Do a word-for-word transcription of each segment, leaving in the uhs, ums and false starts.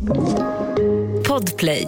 Podplay.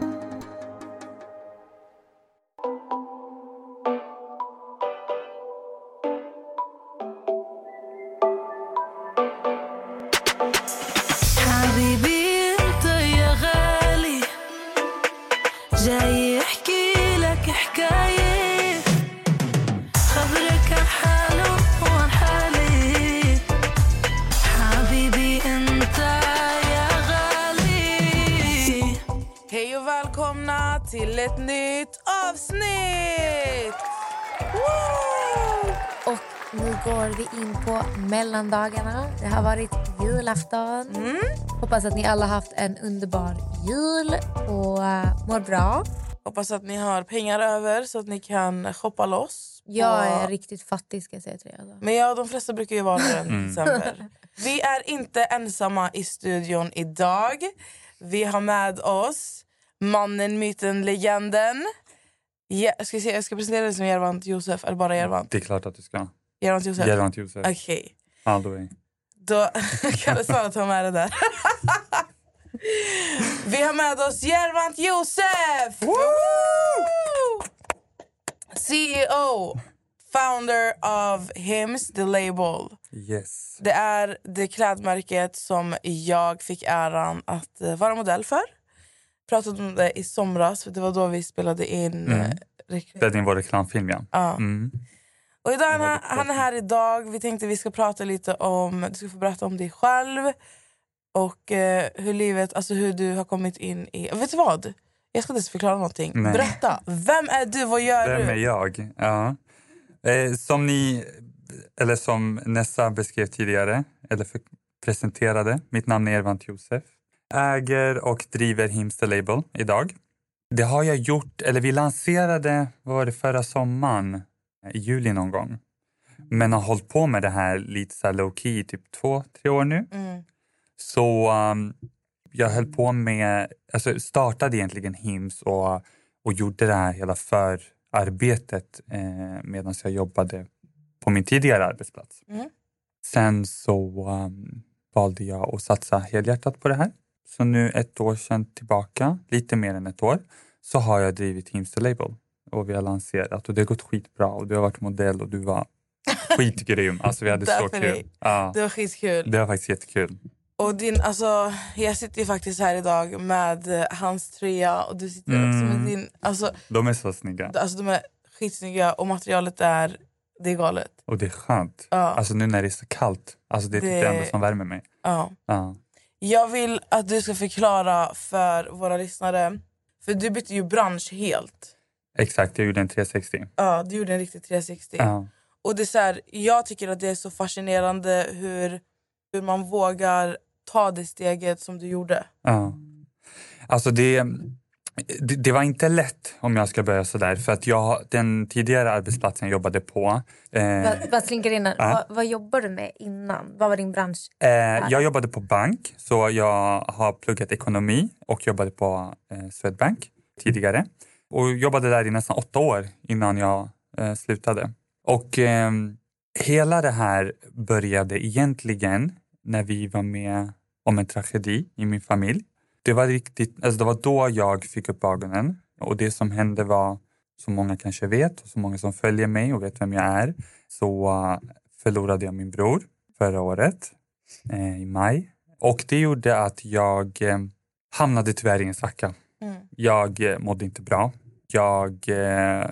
Till ett nytt avsnitt! Woo! Och nu går vi in på mellandagarna. Det har varit julafton. Mm. Hoppas att ni alla haft en underbar jul och uh, mår bra. Hoppas att ni har pengar över så att ni kan shoppa loss. Jag är riktigt fattig, ska jag säga till er. Alltså. Men ja, de flesta brukar ju vara det i december. Vi är inte ensamma i studion idag. Vi har med oss mannen, myten, legenden. Ja, ska jag, se, jag ska presentera dig som Jervant Josef. Eller bara Jervant? Det är klart att du ska. Jervant Josef? Jervant Josef. Okej. Okay. All the way. Då kan du snarare ta med det där. Vi har med oss Jervant Josef! Woo! C E O, founder of Hims, the label. Yes. Det är det klädmärket som jag fick äran att vara modell för. Pratade om det i somras, för det var då vi spelade in mm. spelade in vår reklamfilm, ja. ja. Mm. Och idag han, han är här idag. Vi tänkte vi ska prata lite om, du ska få berätta om dig själv och eh, hur livet, alltså hur du har kommit in i, vet du vad? Jag ska inte förklara någonting. Nej. Berätta, vem är du, vad gör vem du? Vem är jag? Ja. Eh, som ni, eller som Nessa beskrev tidigare, eller för, presenterade, mitt namn är Jervant Josef. Äger och driver Hims the label idag. Det har jag gjort, eller vi lanserade, vad var det, förra sommaren, i juli någon gång. Men har hållit på med det här lite så här low key i typ två, tre år nu. Mm. Så um, jag höll på med, alltså startade egentligen Hims och, och gjorde det här hela förarbetet eh, medan jag jobbade på min tidigare arbetsplats. Mm. Sen så um, valde jag att satsa helhjärtat på det här. Så nu ett år sedan tillbaka, lite mer än ett år, så har jag drivit Hims the label. Och vi har lanserat och det har gått skitbra. Och du har varit modell och du var skitgrym. Alltså vi hade så kul. Ja. Det var skitkul. Det var faktiskt jättekul. Och din, alltså, jag sitter ju faktiskt här idag med hans tröja och du sitter mm. också med din. Alltså, de är så snygga. Alltså de är skitsnygga och materialet är, det är galet. Och det är skönt. Ja. Alltså nu när det är så kallt. Alltså det är det, det enda som värmer mig. Ja. Ja. Jag vill att du ska förklara för våra lyssnare. För du bytte ju bransch helt. Exakt, jag gjorde en trehundrasextio. Ja, du gjorde en riktig trehundrasextio. Ja. Och det är så här, jag tycker att det är så fascinerande hur, hur man vågar ta det steget som du gjorde. Ja. Alltså det, det, det var inte lätt om jag ska börja sådär. För att jag, den tidigare arbetsplatsen jag jobbade på... Eh, vad, vad slinker innan? Ja. Vad, vad jobbade du med innan? Vad var din bransch? Eh, jag jobbade på bank. Så jag har pluggat ekonomi och jobbade på eh, Swedbank tidigare. Och jobbade där i nästan åtta år innan jag eh, slutade. Och eh, hela det här började egentligen när vi var med om en tragedi i min familj. Det var riktigt, alltså det var då jag fick upp ögonen. Och det som hände var, som många kanske vet och så många som följer mig och vet vem jag är, så uh, förlorade jag min bror förra året eh, i maj. Och det gjorde att jag eh, hamnade tyvärr i en svacka. Mm. Jag eh, mådde inte bra. Jag, eh,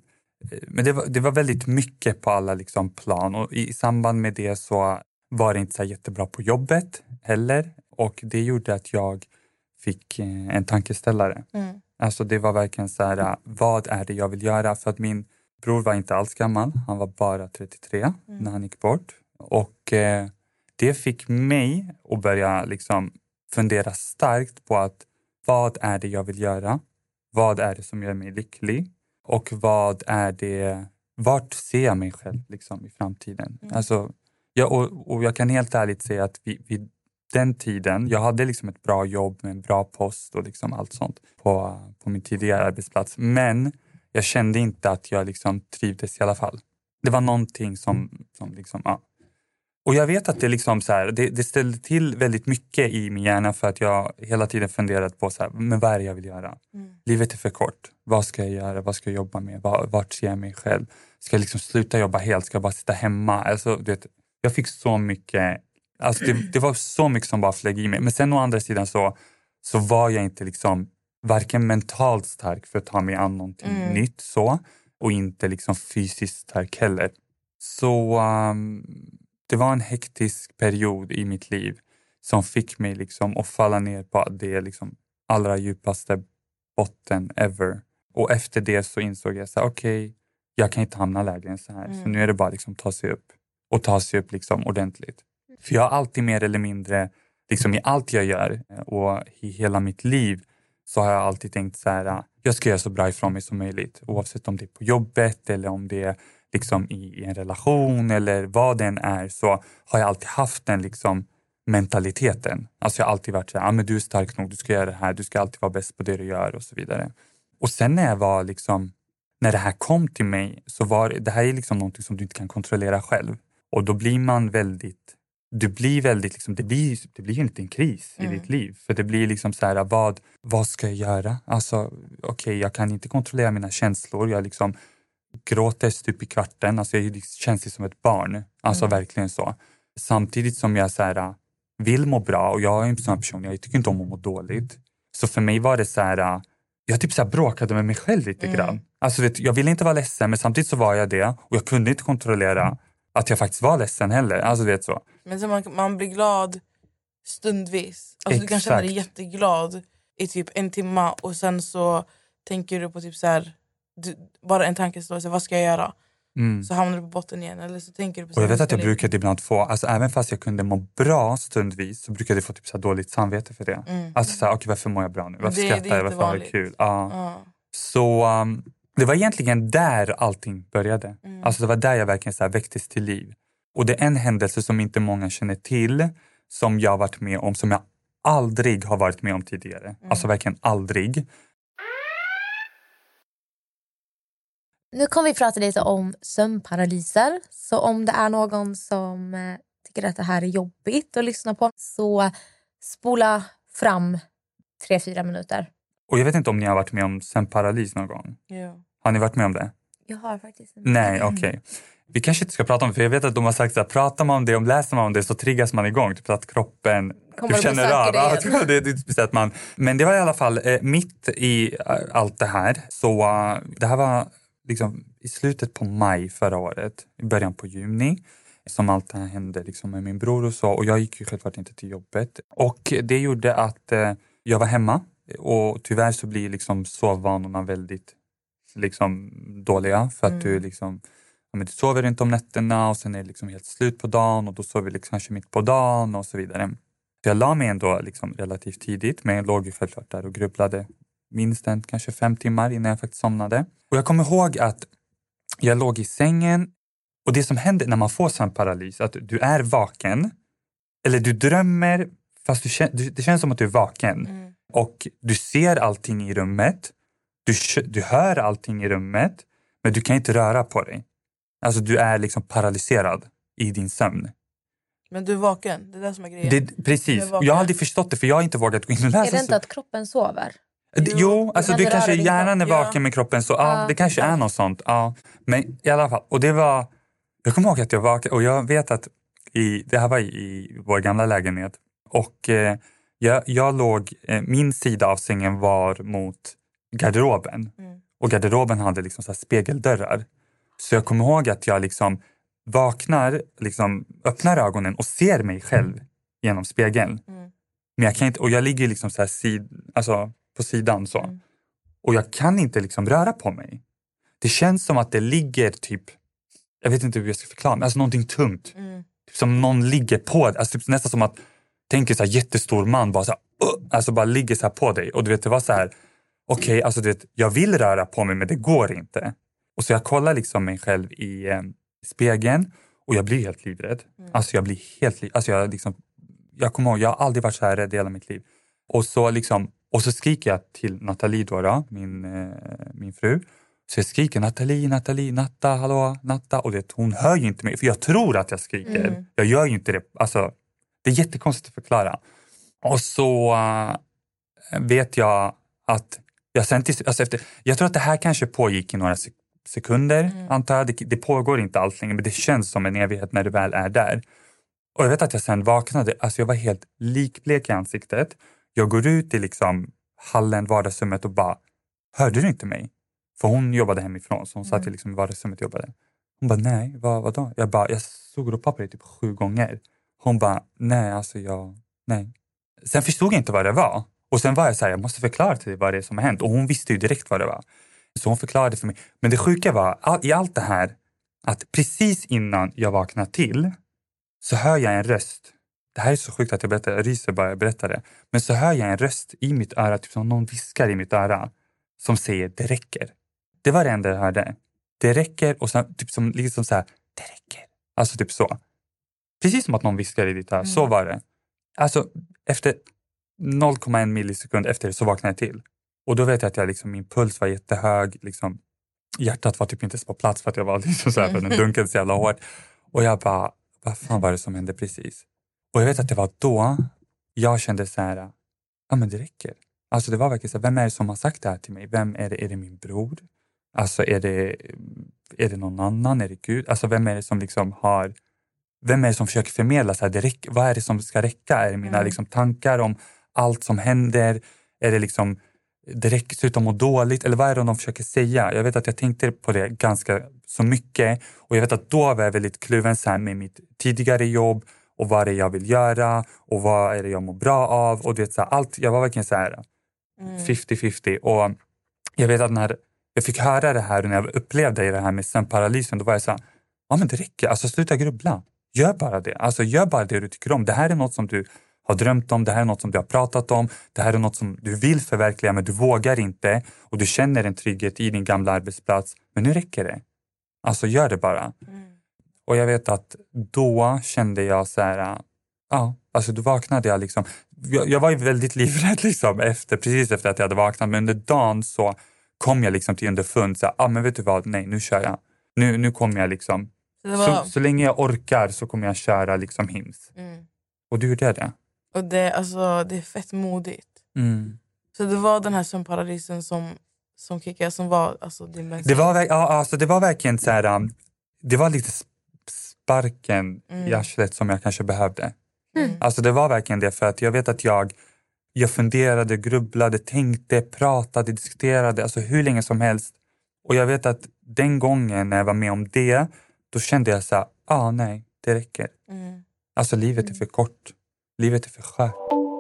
men det var, det var väldigt mycket på alla liksom, plan. Och i, i samband med det så var det inte så jättebra på jobbet heller. Och det gjorde att jag fick eh, en tankeställare. Mm. Alltså det var verkligen så här, vad är det jag vill göra? För att min bror var inte alls gammal. Han var bara trettiotre mm. när han gick bort. Och eh, det fick mig att börja liksom fundera starkt på att vad är det jag vill göra? Vad är det som gör mig lycklig? Och vad är det, vart ser jag mig själv liksom i framtiden? Mm. Alltså, jag, och, och jag kan helt ärligt säga att vid, vid den tiden, jag hade liksom ett bra jobb med en bra post och liksom allt sånt på, på min tidigare arbetsplats. Men jag kände inte att jag liksom trivdes i alla fall. Det var någonting som, som liksom, ja. Och jag vet att det liksom så här, det, det ställde till väldigt mycket i min hjärna för att jag hela tiden funderat på så här, men vad är det jag vill göra? Mm. Livet är för kort. Vad ska jag göra? Vad ska jag jobba med? Vart ser jag mig själv? Ska jag liksom sluta jobba helt? Ska jag bara sitta hemma? Alltså, du vet, jag fick så mycket, alltså det, det var så mycket som bara flög i mig. Men sen å andra sidan så, så var jag inte liksom varken mentalt stark för att ta mig an någonting mm. nytt så. Och inte liksom fysiskt stark heller. Så um, det var en hektisk period i mitt liv som fick mig liksom att falla ner på det liksom allra djupaste botten ever. Och efter det så insåg jag så okej, okay, jag kan inte hamna lägre än så här. Mm. Så nu är det bara liksom ta sig upp. Och ta sig upp liksom ordentligt. För jag har alltid mer eller mindre, liksom i allt jag gör och i hela mitt liv så har jag alltid tänkt så här, jag ska göra så bra ifrån mig som möjligt. Oavsett om det är på jobbet eller om det är liksom i en relation eller vad den är, så har jag alltid haft den liksom mentaliteten. Alltså jag har alltid varit så här, ah, men du är stark nog, du ska göra det här, du ska alltid vara bäst på det du gör och så vidare. Och sen när jag var liksom, när det här kom till mig så var det här är liksom någonting som du inte kan kontrollera själv. Och då blir man väldigt, du blir väldigt liksom, det blir, det blir ju inte en kris mm. i ditt liv. För det blir liksom så här, vad, vad ska jag göra? Alltså okej, okay, jag kan inte kontrollera mina känslor, jag liksom gråter stup i kvarten, alltså jag känns det som ett barn, alltså mm. verkligen så. Samtidigt som jag så här, vill må bra och jag är en sån person, jag tycker inte om att må dåligt. Så för mig var det så här, jag typ så här bråkade med mig själv lite mm. grann. Alltså vet, jag ville inte vara ledsen, men samtidigt så var jag det och jag kunde inte kontrollera att jag faktiskt var ledsen heller, alltså vet så. Men så man, man blir glad stundvis, alltså du kan känna dig jätteglad i typ en timme och sen så tänker du på typ så här, du, bara en tanke står så vad ska jag göra? Mm. Så hamnar du på botten igen eller så tänker du på så. Och jag vet att jag brukade ibland få, alltså även fast jag kunde må bra stundvis så brukade jag få typ så här dåligt samvete för det. Mm. Alltså så här, okej okay, varför mår jag bra nu? Varför skrattar jag? Varför har det kul? Ja. Ja. Så um, det var egentligen där allting började. Mm. Alltså det var där jag verkligen så här väcktes till liv. Och det är en händelse som inte många känner till, som jag har varit med om, som jag aldrig har varit med om tidigare. Mm. Alltså verkligen aldrig. Nu kommer vi prata lite om sömnparalyser. Så om det är någon som tycker att det här är jobbigt att lyssna på, så spola fram tre fyra minuter. Och jag vet inte om ni har varit med om sömnparalys någon gång. Ja. Har ni varit med om det? Jag har faktiskt inte. Nej, okej. Okay. Vi kanske inte ska prata om det, för jag vet att de har sagt att pratar man om det, om läser man om det så triggas man igång. Typ att kroppen kommer du känner av. Det, det, det, det, att man, men det var i alla fall eh, mitt i uh, allt det här. Så uh, det här var liksom i slutet på maj förra året, i början på juni. Som allt det här hände liksom med min bror och så. Och jag gick ju självklart inte till jobbet. Och det gjorde att eh, jag var hemma. Och tyvärr så blir liksom sovvanorna väldigt liksom dåliga. För att mm. du liksom, ja, men du sover inte om nätterna och sen är det liksom helt slut på dagen. Och då sover vi liksom kanske mitt på dagen och så vidare. Så jag la mig ändå liksom relativt tidigt. Men jag låg ju självklart där och grubblade minst en, kanske fem timmar innan jag faktiskt somnade. Och jag kommer ihåg att jag låg i sängen. Och det som händer när man får sömnparalys, att du är vaken. Eller du drömmer fast du känner, det känns som att du är vaken. Mm. Och du ser allting i rummet. Du, du hör allting i rummet. Men du kan inte röra på dig. Alltså du är liksom paralyserad i din sömn. Men du är vaken, det är det som är grejen. Det, precis, jag har aldrig förstått det för jag har inte vågat gå in och läsa. Är det inte att kroppen sover? Jo, jo alltså du kanske hjärnan är vaken ja. med kroppen så ja, ja det kanske är något sånt. Ja. Men i alla fall, och det var, jag kommer ihåg att jag var och jag vet att i, det här var i, i vår gamla lägenhet och eh, jag, jag låg, eh, min sida av sängen var mot garderoben mm. och garderoben hade liksom så här spegeldörrar. Så jag kommer ihåg att jag liksom vaknar, liksom öppnar ögonen och ser mig själv genom spegeln. Mm. Men jag kan inte, och jag ligger liksom så här sid, alltså på sidan så. Mm. Och jag kan inte liksom röra på mig. Det känns som att det ligger typ, jag vet inte hur jag ska förklara, men alltså någonting tungt. Mm. Typ som någon ligger på, alltså typ nästan som att, tänk så här jättestor man bara så här, uh, alltså bara ligger så här på dig. Och du vet, det var så här, okej, okay, alltså du vet, jag vill röra på mig men det går inte. Och så jag kollar liksom mig själv i eh, spegeln och jag blir helt livrädd. Mm. Alltså jag blir helt livrädd. Alltså jag liksom, jag kommer ihåg, jag har aldrig varit så här rädd i hela mitt liv. Och så liksom, och så skriker jag till Nathalie då, då min, eh, min fru. Så jag skriker Nathalie, Nathalie, Natta, hallå, Natta. Och det, hon hör ju inte mig, för jag tror att jag skriker. Mm. Jag gör ju inte det. Alltså, det är jättekonstigt att förklara. Och så uh, vet jag att jag sen till, alltså efter, jag tror att det här kanske pågick i några sek- sekunder, mm. antar jag. Det, det pågår inte alls länge, men det känns som en evighet när du väl är där. Och jag vet att jag sen vaknade, alltså jag var helt likblek i ansiktet. Jag går ut i liksom hallen, vardagsrummet och bara, hörde du inte mig? För hon jobbade hemifrån, så hon mm. satt ju liksom i vardagsrummet och jobbade. Hon bara, nej, vad, vad då? Jag bara, jag såg och ropa på dig typ sju gånger. Hon bara, nej, alltså jag, nej. Sen förstod jag inte vad det var. Och sen var jag så här, jag måste förklara till dig vad det är som har hänt. Och hon visste ju direkt vad det var. Så hon förklarade för mig. Men det sjuka var, all, i allt det här, att precis innan jag vaknade till så hör jag en röst. Det här är så sjukt att jag berättar, jag ryser bara jag berättar det. Men så hör jag en röst i mitt öra, typ som någon viskar i mitt öra, som säger, det räcker. Det var det enda jag hörde. Det räcker, och sen typ som, liksom så här, det räcker. Alltså typ så. Precis som att någon viskar i ditt öra, mm. så var det. Alltså efter noll komma en millisekund efter så vaknade jag till. Och då vet jag att jag, liksom, min puls var jättehög. Liksom, hjärtat var typ inte på plats för att jag var liksom så här, för den dunkade så jävla hårt. Och jag bara, vad fan var det som hände precis? Och jag vet att det var då jag kände så här, ja men det räcker. Alltså det var verkligen så här, vem är det som har sagt det här till mig? Vem är det? Är det min bror? Alltså är det, är det någon annan? Är det Gud? Alltså vem är det som liksom har, vem är det som försöker förmedla så här, det räcker, vad är det som ska räcka? Är det mina mm. liksom, tankar om allt som händer? Är det liksom, det räcker, sluta må dåligt? Eller vad är det de försöker säga? Jag vet att jag tänkte på det ganska så mycket. Och jag vet att då var jag väldigt kluven så här med mitt tidigare jobb. Och vad är det jag vill göra? Och vad är det jag mår bra av? Och du vet, så här, allt, jag var verkligen så här mm. femtio femtio. Och jag vet att när jag fick höra det här och när jag upplevde det här med sömnparalysen, då var jag så här, ja men det räcker. Alltså sluta grubbla. Gör bara det. Alltså gör bara det du tycker om. Det här är något som du har drömt om. Det här är något som du har pratat om. Det här är något som du vill förverkliga men du vågar inte. Och du känner en trygghet i din gamla arbetsplats. Men nu räcker det. Alltså gör det bara. Mm. Och jag vet att då kände jag så här, ja, alltså då vaknade jag liksom. Jag, jag var ju väldigt livrädd liksom efter, precis efter att jag hade vaknat. Men under dagen så kom jag liksom till underfund. Så ja, men vet du vad, nej nu kör jag. Nu, nu kommer jag liksom. Så, var... så, så länge jag orkar så kommer jag köra liksom hims. Mm. Och du gjorde det. Och det, alltså, det är fett modigt. Mm. Så det var den här sömnparalysen som, som kickade, som var alltså, din mest... Det var, ja, alltså, det var verkligen så här, um, det var lite sparken mm. i arslet som jag kanske behövde. Mm. Alltså det var verkligen det, för att jag vet att jag, jag funderade, grubblade, tänkte, pratade, diskuterade, alltså hur länge som helst. Och jag vet att den gången när jag var med om det, då kände jag så här, ah nej, det räcker. Mm. Alltså livet är för kort. Livet är för skört.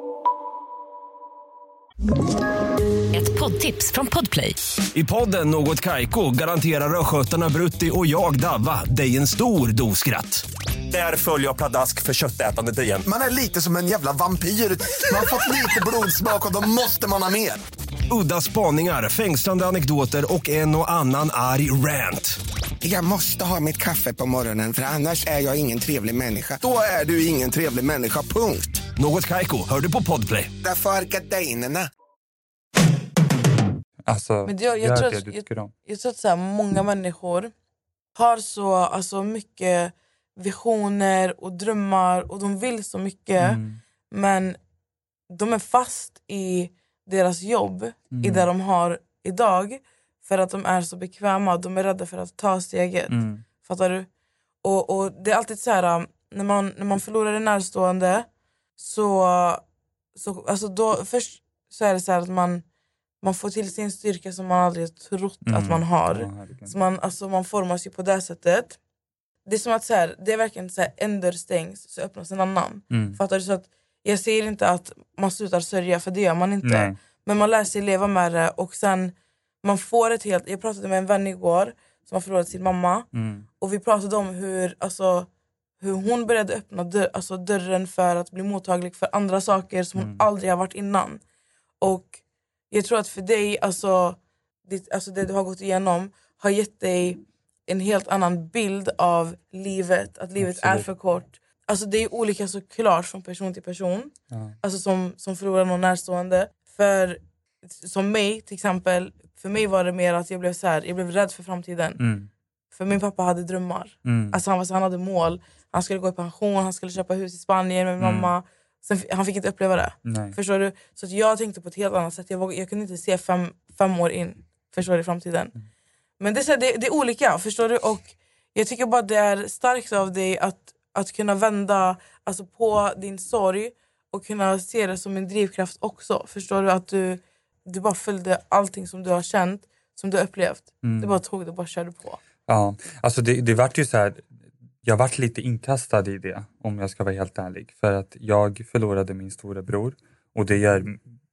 Ett poddtips från Podplay. I podden Något Kaiko garanterar röskötarna Brutti och jag Davva dig en stor doskratt. Där följer jag pladask för köttätandet igen. Man är lite som en jävla vampyr. Man har fått lite blodsmak och då måste man ha mer. Udda spaningar, fängslande anekdoter och en och annan arg rant. Jag måste ha mitt kaffe på morgonen för annars är jag ingen trevlig människa. Då är du ingen trevlig människa, punkt. Något Kaiko, hör du på Podplay. Därför är gardinerna. Alltså, men jag, jag, tror att, jag, jag, jag tror att så här, många människor har så alltså, mycket visioner och drömmar och de vill så mycket mm. men de är fast i deras jobb mm. i det de har idag för att de är så bekväma, de är rädda för att ta steget. Mm. Fattar du? Och, och det är alltid så här, när man, när man förlorar en närstående så, så alltså då, först så är det så här att man man får till sin styrka som man aldrig trott mm. att man har. Ja, så man, alltså, man formas ju på det sättet. Det är som att så här, det är verkligen så här, en dörr stängs så öppnas en annan. Mm. Fattar du? Så att jag säger inte att man slutar sörja, för det gör man inte. Nej. Men man lär sig leva med det och sen man får ett helt... Jag pratade med en vän igår som har förlorat sin mamma. Mm. Och vi pratade om hur, alltså, hur hon började öppna dörr, alltså, dörren för att bli mottaglig för andra saker som mm. hon aldrig har varit innan. Och jag tror att för dig, alltså, det, alltså det du har gått igenom har gett dig en helt annan bild av livet. Att livet Absolut. Är för kort. Alltså det är olika såklart från person till person. Ja. Alltså som, som förlorar någon närstående. För som mig till exempel, För mig var det mer att jag blev så här, jag blev rädd för framtiden. Mm. För min pappa hade drömmar. Mm. Alltså han, var så, han hade mål. Han skulle gå i pension, han skulle köpa hus i Spanien med min Mm. mamma. Sen, han fick inte uppleva det. Nej. Förstår du? Så att jag tänkte på ett helt annat sätt. Jag, våg, jag kunde inte se fem, fem år in. Förstår du, i framtiden. Mm. Men det är, så här, det, det är olika, förstår du? Och jag tycker bara det är starkt av dig att, att kunna vända alltså, på din sorg. Och kunna se det som en drivkraft också. Förstår du? Att du, du bara följde allting som du har känt. Som du har upplevt. Mm. Du bara tog det och bara körde på. Ja, alltså det, det vart ju så här, jag vart lite inkastad i det, om jag ska vara helt ärlig. För att jag förlorade min stora bror. Och det gör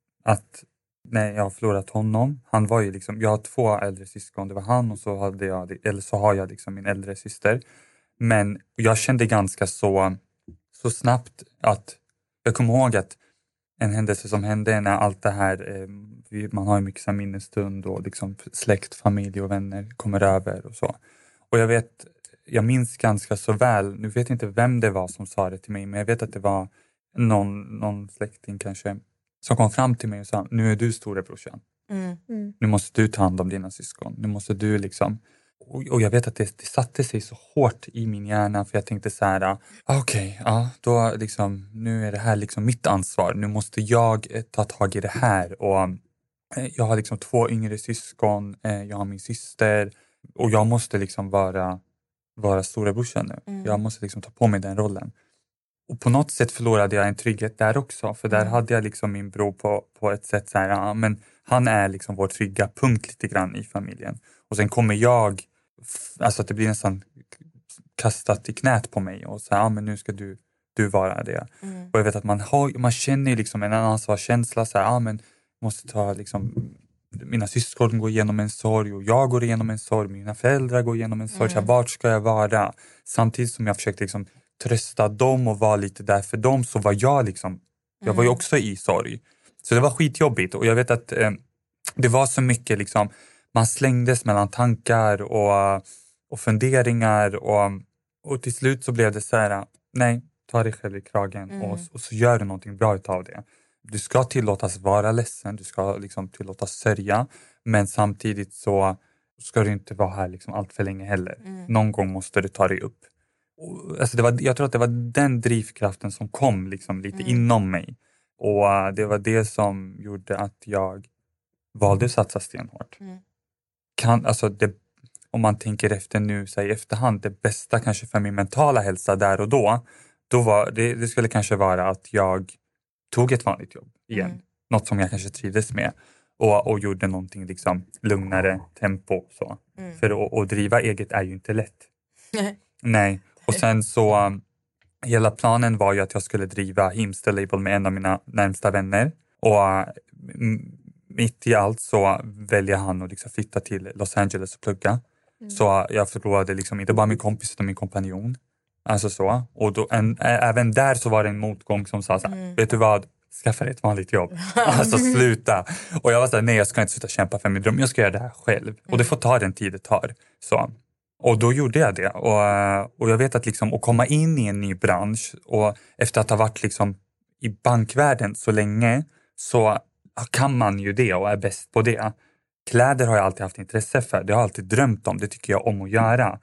att när jag har förlorat honom, han var ju liksom, jag har två äldre syskon, det var han och så hade jag, eller så har jag liksom min äldre syster. Men jag kände ganska så, så snabbt att, jag kommer ihåg att en händelse som hände när allt det här, eh, man har ju mycket så här minnesstund och liksom släkt, familj och vänner kommer över och så. Och jag vet, jag minns ganska så väl, nu vet jag inte vem det var som sa det till mig, men jag vet att det var någon, någon släkting kanske som kom fram till mig och sa, nu är du storebrorsan. Mm. Mm. Nu måste du ta hand om dina syskon. Nu måste du liksom... Och, och jag vet att det, det satte sig så hårt i min hjärna, för jag tänkte så här, ah, okej, okay, ja, då liksom, nu är det här liksom mitt ansvar. Nu måste jag eh, ta tag i det här. Och eh, jag har liksom två yngre syskon, eh, jag har min syster och jag måste liksom vara, vara storebrorsan nu. Mm. Jag måste liksom ta på mig den rollen. Och på något sätt förlorade jag en trygghet där också. För där Mm. hade jag liksom min bror på, på ett sätt så här, ja, men han är liksom vår trygga punkt lite grann i familjen. Och sen kommer jag, alltså att det blir nästan kastat i knät på mig. Och så här, ja men nu ska du, du vara det. Mm. Och jag vet att man, har, man känner liksom en ansvarskänsla. Så här, ja men måste ta liksom, mina syskon går igenom en sorg och jag går igenom en sorg. Mina föräldrar går igenom en sorg. Mm. Så här, vart ska jag vara? Samtidigt som jag försökte liksom trösta dem och vara lite där för dem, så var jag liksom, jag var ju också i sorg. Så det var skitjobbigt och jag vet att eh, det var så mycket liksom, man slängdes mellan tankar och, och funderingar och, och till slut så blev det så här, nej, ta dig själv i kragen Mm. och, och så gör du någonting bra utav det. Du ska tillåtas vara ledsen, du ska liksom tillåtas sörja, men samtidigt så ska du inte vara här liksom allt för länge heller. Mm. Någon gång måste du ta dig upp. Och, alltså det var, jag tror att det var den drivkraften som kom liksom lite Mm. inom mig. Och uh, det var det som gjorde att jag valde att satsa stenhårt. Mm. Kan, alltså det, om man tänker efter nu så här, i efterhand, det bästa kanske för min mentala hälsa där och då, då var, det, det skulle kanske vara att jag tog ett vanligt jobb igen. Mm. Något som jag kanske trivdes med. Och, och gjorde någonting liksom lugnare tempo. Så. Mm. För att, att driva eget är ju inte lätt. Nej. Nej, och sen så um, hela planen var ju att jag skulle driva Himsta Label med en av mina närmsta vänner. Och uh, m- mitt i allt så väljer han att liksom flytta till Los Angeles och plugga. Mm. Så uh, jag förlorade liksom inte bara min kompis utan min kompanjon. Alltså så. Och då, en, ä- även där så var det en motgång som sa så här, Mm. vet du vad? Skaffa dig ett vanligt jobb. Alltså sluta. Och jag var så här, nej jag ska inte sluta kämpa för min dröm. Jag ska göra det här själv. Och det får ta den tid det tar. Så. Och då gjorde jag det. Och, och jag vet att liksom, att komma in i en ny bransch och efter att ha varit liksom i bankvärlden så länge, så kan man ju det och är bäst på det. Kläder har jag alltid haft intresse för. Det har jag alltid drömt om. Det tycker jag om att göra.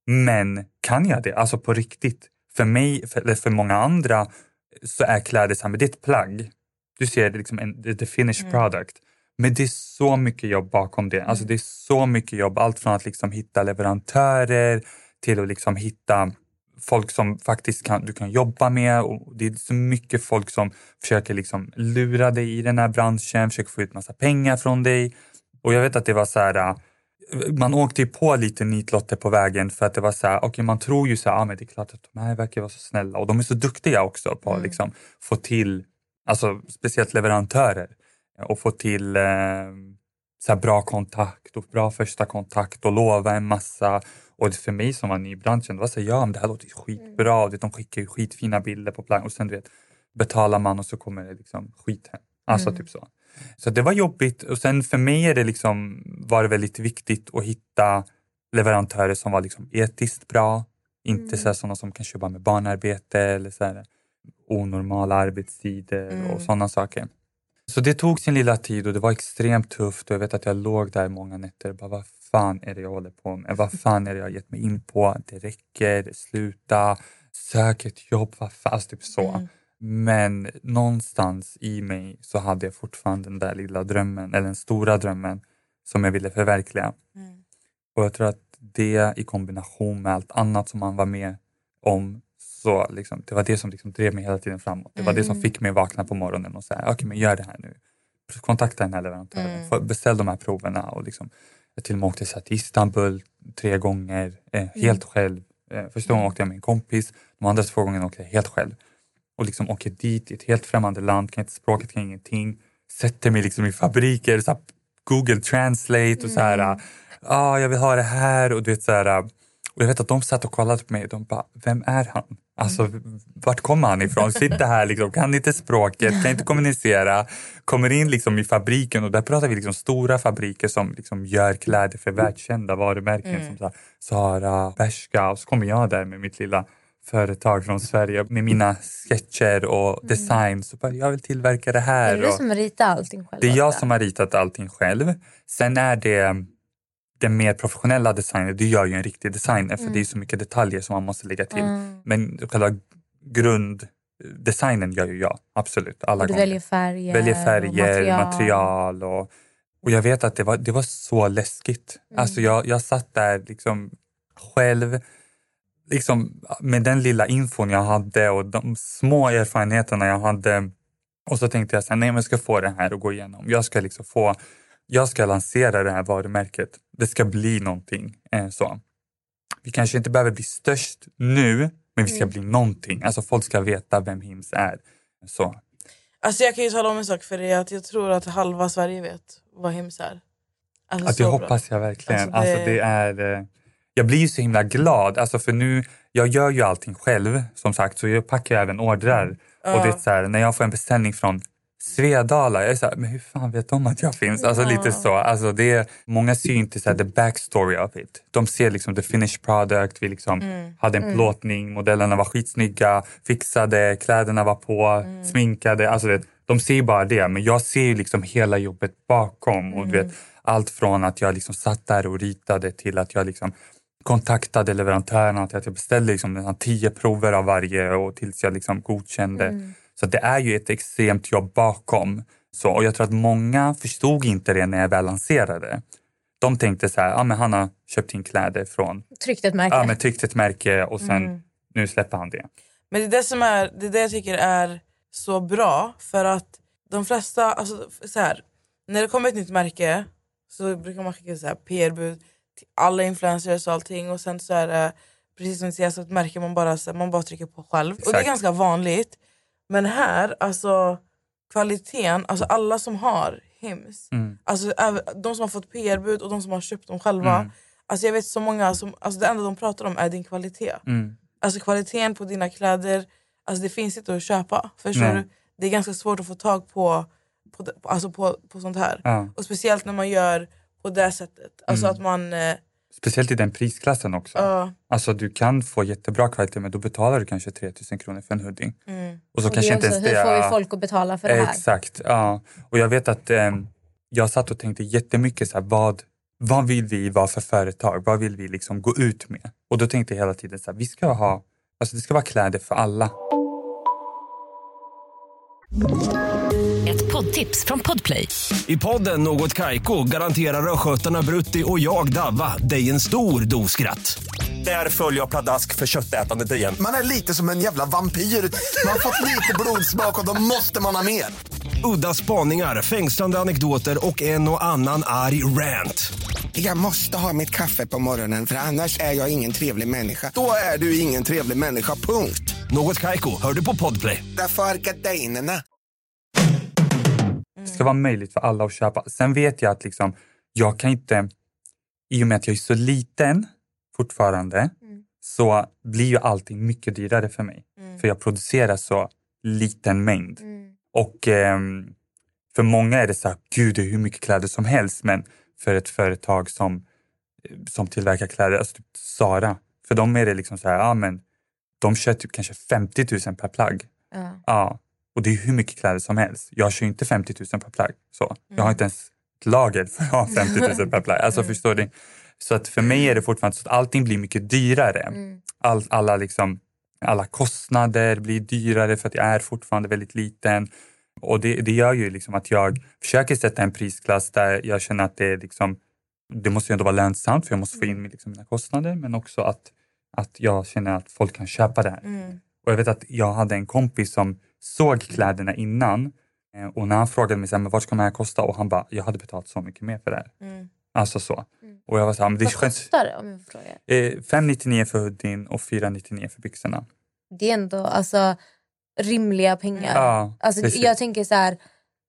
Men kan jag det? Alltså på riktigt. För mig, för, eller för många andra, så är kläder så här, med ditt plagg. Du ser det liksom en the finished Mm. product. Men det är så mycket jobb bakom det. Alltså det är så mycket jobb. Allt från att liksom hitta leverantörer till att liksom hitta folk som faktiskt kan, du kan jobba med. Och det är så mycket folk som försöker liksom lura dig i den här branschen. Försöker få ut massa pengar från dig. Och jag vet att det var så här... Man åkte ju på lite nitlotter på vägen för att det var så här, okej okay, man tror ju så här, ah, men det är klart att de här verkar vara så snälla. Och de är så duktiga också på att Mm. liksom få till, alltså speciellt leverantörer. Och få till eh, så här bra kontakt och bra första kontakt och lova en massa. Och för mig som var ny i branschen, det var så här, ja men det här låter skitbra. Mm. De skickar ju skitfina bilder på plan och sen du vet, betalar man och så kommer det liksom skit hem. Alltså Mm. typ så. Så det var jobbigt. Och sen för mig är det liksom, var det väldigt viktigt att hitta leverantörer som var liksom etiskt bra. Inte Mm. så här, sådana som kan jobba med barnarbete eller så här, onormala arbetstider Mm. och sådana saker. Så det tog sin lilla tid och det var extremt tufft. Och jag vet att jag låg där många nätter och bara, vad fan är det jag håller på med? Vad fan är det jag har gett mig in på? Det räcker, sluta, sök ett jobb, vad fan, alltså typ så. Mm. Men någonstans i mig så hade jag fortfarande den där lilla drömmen, eller den stora drömmen som jag ville förverkliga. Mm. Och jag tror att det i kombination med allt annat som man var med om, så liksom, det var det som liksom drev mig hela tiden framåt. Det var mm. det som fick mig vakna på morgonen och säga, okej okay, men gör det här nu. Kontakta den här leverantören, mm. beställ de här proverna. Och liksom, jag till och med åkte så till Istanbul tre gånger, eh, helt mm. själv. Eh, första gången åkte jag med en kompis, de andra två gångerna åkte jag helt själv. Och liksom åker dit i ett helt främmande land, kan inte språket, kan ingenting. Sätter mig liksom i fabriker, så här, Google Translate och så här, ja ah, jag vill ha det här och du vet så här. Och jag vet att de satt och kollade på mig och de bara, vem är han? Alltså, mm. vart kommer han ifrån? Sitter här liksom, kan inte språket, kan inte kommunicera. Kommer in liksom i fabriken och där pratar vi liksom stora fabriker som liksom gör kläder för världskända varumärken mm. som så här, Zara, Bershka. Och så kommer jag där med mitt lilla företag från Sverige med mina sketcher och mm. design. Så bara, jag vill tillverka det här. Är det du som har ritat allting själv? Det är jag som har ritat allting själv. Sen är det den mer professionella designen, det gör ju en riktig designer för mm. det är så mycket detaljer som man måste lägga till. Mm. Men själva grunddesignen gör ju jag, absolut. Alla och du gånger. väljer färger, väljer färger material. material och, och jag vet att det var, det var så läskigt. Mm. Alltså jag, jag satt där liksom själv liksom med den lilla infon jag hade och de små erfarenheterna jag hade. Och så tänkte jag så här, nej men jag ska få det här och gå igenom. Jag ska liksom få Jag ska lansera det här varumärket. Det ska bli någonting. Eh, så. Vi kanske inte behöver bli störst nu, men vi ska mm. bli någonting. Alltså folk ska veta vem Hims är. Så. Alltså jag kan ju tala om en sak för dig. Att jag tror att halva Sverige vet vad Hims är. Alltså, att det hoppas jag verkligen. Alltså det... Alltså det är, eh, jag blir ju så himla glad. Alltså för nu, jag gör ju allting själv. Som sagt, så jag packar även ordrar. Mm. Och det är så här, när jag får en beställning från Svedala, jag är så här, men hur fan vet de att jag finns? Alltså ja. lite så. Alltså det är, många ser ju inte så här, the backstory of it. De ser liksom the finished product. Vi liksom mm. hade en mm. plåtning, modellerna var skitsnygga, fixade, kläderna var på, mm. sminkade. Alltså det, de ser bara det, men jag ser ju liksom hela jobbet bakom. Och mm. du vet, allt från att jag liksom satt där och ritade till att jag liksom kontaktade leverantörerna, till att jag beställde liksom tio prover av varje och tills jag liksom godkände. Mm. Så det är ju ett extremt jobb bakom. Så, och jag tror att många förstod inte det när jag väl lanserade. De tänkte så här, ja men han har köpt in kläder från... Tryckt ett märke. Ja men tryckt ett märke och sen mm. nu släpper han det. Men det är det som är, det är det jag tycker är så bra. För att de flesta, alltså så här, när det kommer ett nytt märke så brukar man skicka så här P R-bud till alla influencers och allting. Och sen så är det, precis som du säger, så ett märke man bara, så, man bara trycker på själv. Exakt. Och det är ganska vanligt. Men här, alltså kvaliteten, alltså alla som har Hims, mm. alltså de som har fått P R-bud och de som har köpt dem själva, mm. alltså jag vet så många som, alltså det enda de pratar om är din kvalitet. Mm. Alltså kvaliteten på dina kläder, alltså det finns inte att köpa. Förstår Nej. du? Det är ganska svårt att få tag på, på, alltså på, på sånt här. Ja. Och speciellt när man gör på det sättet. Alltså mm. att man... Eh, Speciellt i den prisklassen också. Uh. Alltså du kan få jättebra kvalitet, men då betalar du kanske tre tusen kronor för en hoodie. Mm. Och så och kanske inte ens det. Hur får vi folk att betala för det här? Exakt, ja. Och jag vet att eh, jag satt och tänkte jättemycket så här, vad, vad vill vi vara för företag? Vad vill vi liksom gå ut med? Och då tänkte jag hela tiden så här, vi ska ha, alltså det ska vara kläder för alla. Ett poddtips från Podplay. I podden Något Kaiko garanterar öskötarna Brutti och jag Davva dig en stor doskratt. Där följer jag pladask för köttätandet igen. Man är lite som en jävla vampyr. Man har fått lite blodsmak och då måste man ha mer. Udda spaningar, fängslande anekdoter och en och annan arg rant. Jag måste ha mitt kaffe på morgonen, för annars är jag ingen trevlig människa. Då är du ingen trevlig människa, punkt. Något Kaiko, hör du på Podplay. Därför är gardinerna. Det ska vara möjligt för alla att köpa. Sen vet jag att liksom, jag kan inte, i och med att jag är så liten fortfarande, mm. så blir ju allting mycket dyrare för mig. Mm. För jag producerar så liten mängd. Mm. Och eh, för många är det så här, gud det är hur mycket kläder som helst. Men för ett företag som, som tillverkar kläder, alltså typ Zara, för dem är det liksom så här, ja men de kör typ kanske femtio tusen per plagg. Mm. Ja. Och det är hur mycket kläder som helst. Jag kör inte femtio tusen per plagg. Så. Mm. Jag har inte ens ett lager för att ha femtio tusen per plagg. Alltså mm. förstår du? Så att för mig är det fortfarande så att allting blir mycket dyrare. Mm. All, alla, liksom, alla kostnader blir dyrare för att jag är fortfarande väldigt liten. Och det, det gör ju liksom att jag försöker sätta en prisklass där jag känner att det är liksom, det måste ju ändå vara lönsamt för jag måste få in liksom mina kostnader. Men också att, att jag känner att folk kan köpa det här. Mm. Och jag vet att jag hade en kompis som såg kläderna innan. Och när han frågade mig så här, men vad ska det här kosta? Och han bara, jag hade betalat så mycket mer för det här. Mm. Alltså så. Mm. Och jag var så här, men det vad kostar det om jag får fråga? Eh, fem nittionio för hoodien och fyra nittionio för byxorna. Det är ändå alltså rimliga pengar. Ja, alltså, jag tänker så här,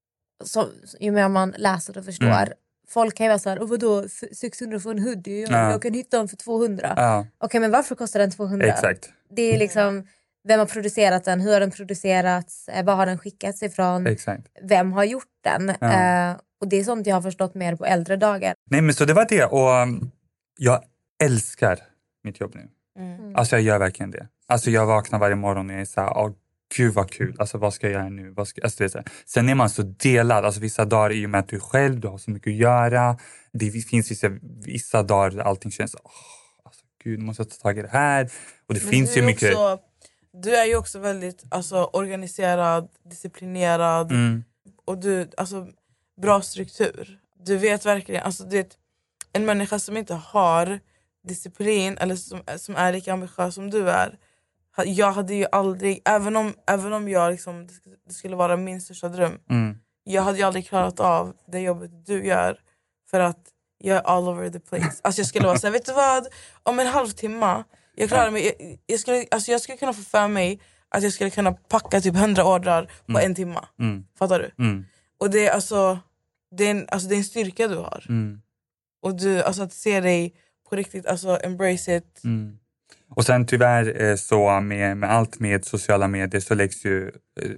så, ju mer man läser och förstår. Mm. Folk kan ju vara så här, och vadå sexhundra för en hoodie? Jag, ja. jag kan hitta den för tvåhundra. Ja. Okej, okay, men varför kostar den tvåhundra? Exakt. Det är liksom, vem har producerat den? Hur har den producerats? Vad har den skickats ifrån? Exakt. Vem har gjort den? Ja. Uh, och det är sånt jag har förstått mer på äldre dagar. Nej, men så det var det. Och um, jag älskar mitt jobb nu. Mm. Alltså jag gör verkligen det. Alltså jag vaknar varje morgon och jag är så här, åh gud vad kul. Alltså vad ska jag göra nu? Vad ska, alltså, det är så här. Sen är man så delad. Alltså vissa dagar i och med att du är själv, du har så mycket att göra. Det finns vissa, vissa dagar där allting känns, åh, alltså gud, måste jag ta tag i det här. Och det men finns ju mycket... Också, du är ju också väldigt alltså, organiserad, disciplinerad. Mm. Och du, alltså bra struktur. Du vet verkligen, alltså du vet, en människa som inte har disciplin eller som, som är lika ambitiös som du är. Jag hade ju aldrig, även om, även om jag liksom, det skulle vara min största dröm. Mm. Jag hade ju aldrig klarat av det jobbet du gör. För att jag är all over the place. Alltså jag skulle vara såhär, vet du vad? Om en halvtimme, jag klarar mig, jag, jag, skulle, alltså jag skulle kunna få för mig att jag skulle kunna packa typ hundra ordrar på mm. en timme. Mm. Fattar du? Mm. Och det är alltså, det är en, alltså det är en styrka du har. Mm. Och du, alltså att se dig på riktigt, alltså embrace it. Mm. Och sen tyvärr så med, med allt med sociala medier så läggs ju eh,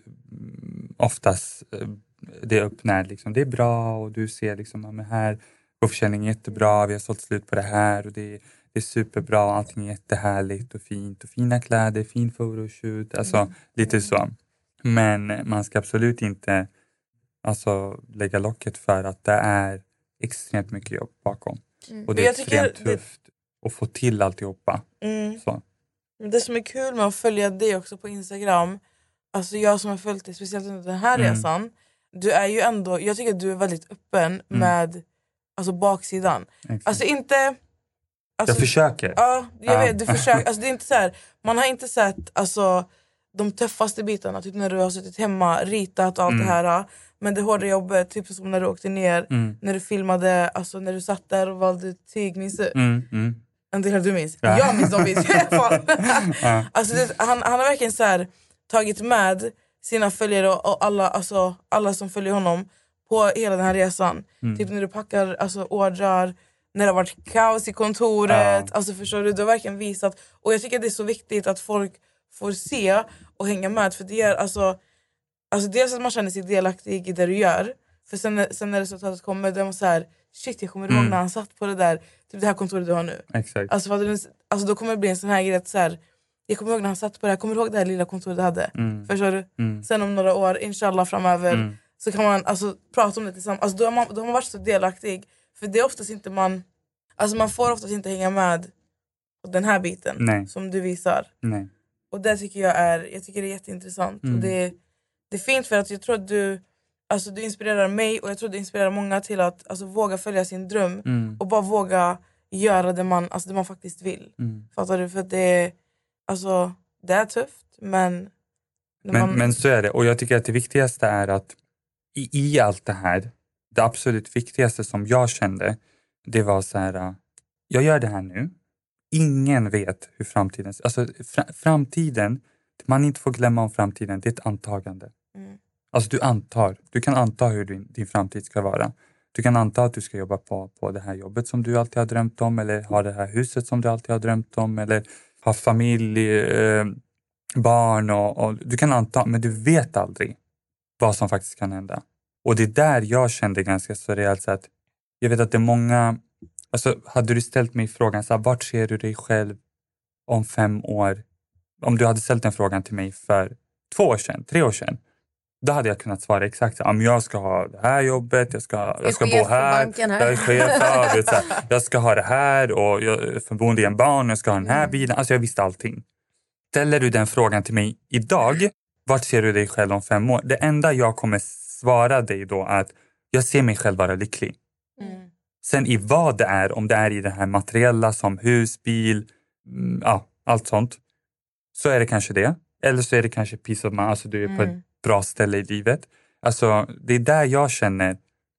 oftast eh, det upp när liksom, det är bra och du ser liksom, ja, men här går försäljningen jättebra, vi har sålt slut på det här och det, det är superbra och allting är jättehärligt och fint och fina kläder, fin photoshoot, alltså mm. lite så. Men man ska absolut inte alltså, lägga locket för att det är extremt mycket jobb bakom. Mm. Och det är extremt tufft det... att få till alltihopa. Mm. Så. Det som är kul med att följa dig också på Instagram, alltså jag som har följt dig speciellt under den här mm. resan, du är ju ändå, jag tycker att du är väldigt öppen mm. med alltså baksidan. Exakt. Alltså inte... Alltså, jag försöker. Ja, jag vet, du försöker. Alltså det är inte så här, man har inte sett alltså, de tuffaste bitarna, typ när du har suttit hemma, ritat och allt mm. det här. Men det hårda jobbet, typ som när du åkte ner, mm. när du filmade, alltså när du satt där och valde tyg, minns du? Mm. Mm. En del du minns. Ja. Jag minns de minns i alla fall. Ja. Alltså det, han, han har verkligen så här, tagit med sina följare och, och alla, alltså, alla som följer honom på hela den här resan. Mm. Typ när du packar alltså, ordrar, när det har varit kaos i kontoret. Ja. Alltså förstår du, du har verkligen visat. Och jag tycker att det är så viktigt att folk får se och hänga med. För det är alltså, alltså dels att man känner sig delaktig i det du gör. För sen, sen när resultatet kommer, då är man så här, shit, jag kommer ihåg mm. när han satt på det där, typ det här kontoret du har nu. Exakt. Alltså, för att, alltså då kommer det bli en sån här grej att så här, jag kommer ihåg när han satt på det här, kommer du ihåg det här lilla kontoret du hade? Mm. Förstår du? Mm. Sen om några år, inshallah framöver, mm. så kan man alltså prata om det tillsammans. Alltså då har man, då har man varit så delaktig. För det är oftast inte man, alltså man får oftast inte hänga med på den här biten. Nej. Som du visar. Nej. Och det tycker jag är, jag tycker det är jätteintressant. Mm. Och det, det är fint för att jag tror att du, alltså du inspirerar mig och jag tror att du inspirerar många till att alltså, våga följa sin dröm. Mm. Och bara våga göra det man, alltså, det man faktiskt vill. Mm. Fattar du? För att det, alltså, det är tufft, men... Men, man... men så är det. Och jag tycker att det viktigaste är att i, i allt det här, det absolut viktigaste som jag kände, det var så här, jag gör det här nu. Ingen vet hur framtiden... Alltså fr- framtiden, man inte får glömma om framtiden, det är ett antagande. Mm. Alltså du antar, du kan anta hur din, din framtid ska vara. Du kan anta att du ska jobba på, på det här jobbet som du alltid har drömt om. Eller ha det här huset som du alltid har drömt om. Eller ha familj, eh, barn. Och, och, du kan anta, men du vet aldrig vad som faktiskt kan hända. Och det är där jag kände ganska så rejält så att jag vet att det är många... Alltså hade du ställt mig frågan så här, vart ser du dig själv om fem år? Om du hade ställt den frågan till mig för två år sedan, tre år sedan. Då hade jag kunnat svara exakt så här, jag ska ha det här jobbet, jag ska, jag ska bo här, här. jag är chef, jag, vet, så här, jag ska ha det här och jag förmodligen barn, jag ska ha den här bilen. Alltså jag visste allting. Ställer du den frågan till mig idag, vart ser du dig själv om fem år? Det enda jag kommer svara dig då är att jag ser mig själv vara lycklig. Mm. Sen i vad det är, om det är i det här materiella som hus, bil, ja, allt sånt, så är det kanske det. Eller så är det kanske peace of mind, alltså du är mm. på ett bra ställe i livet. Alltså det är där jag känner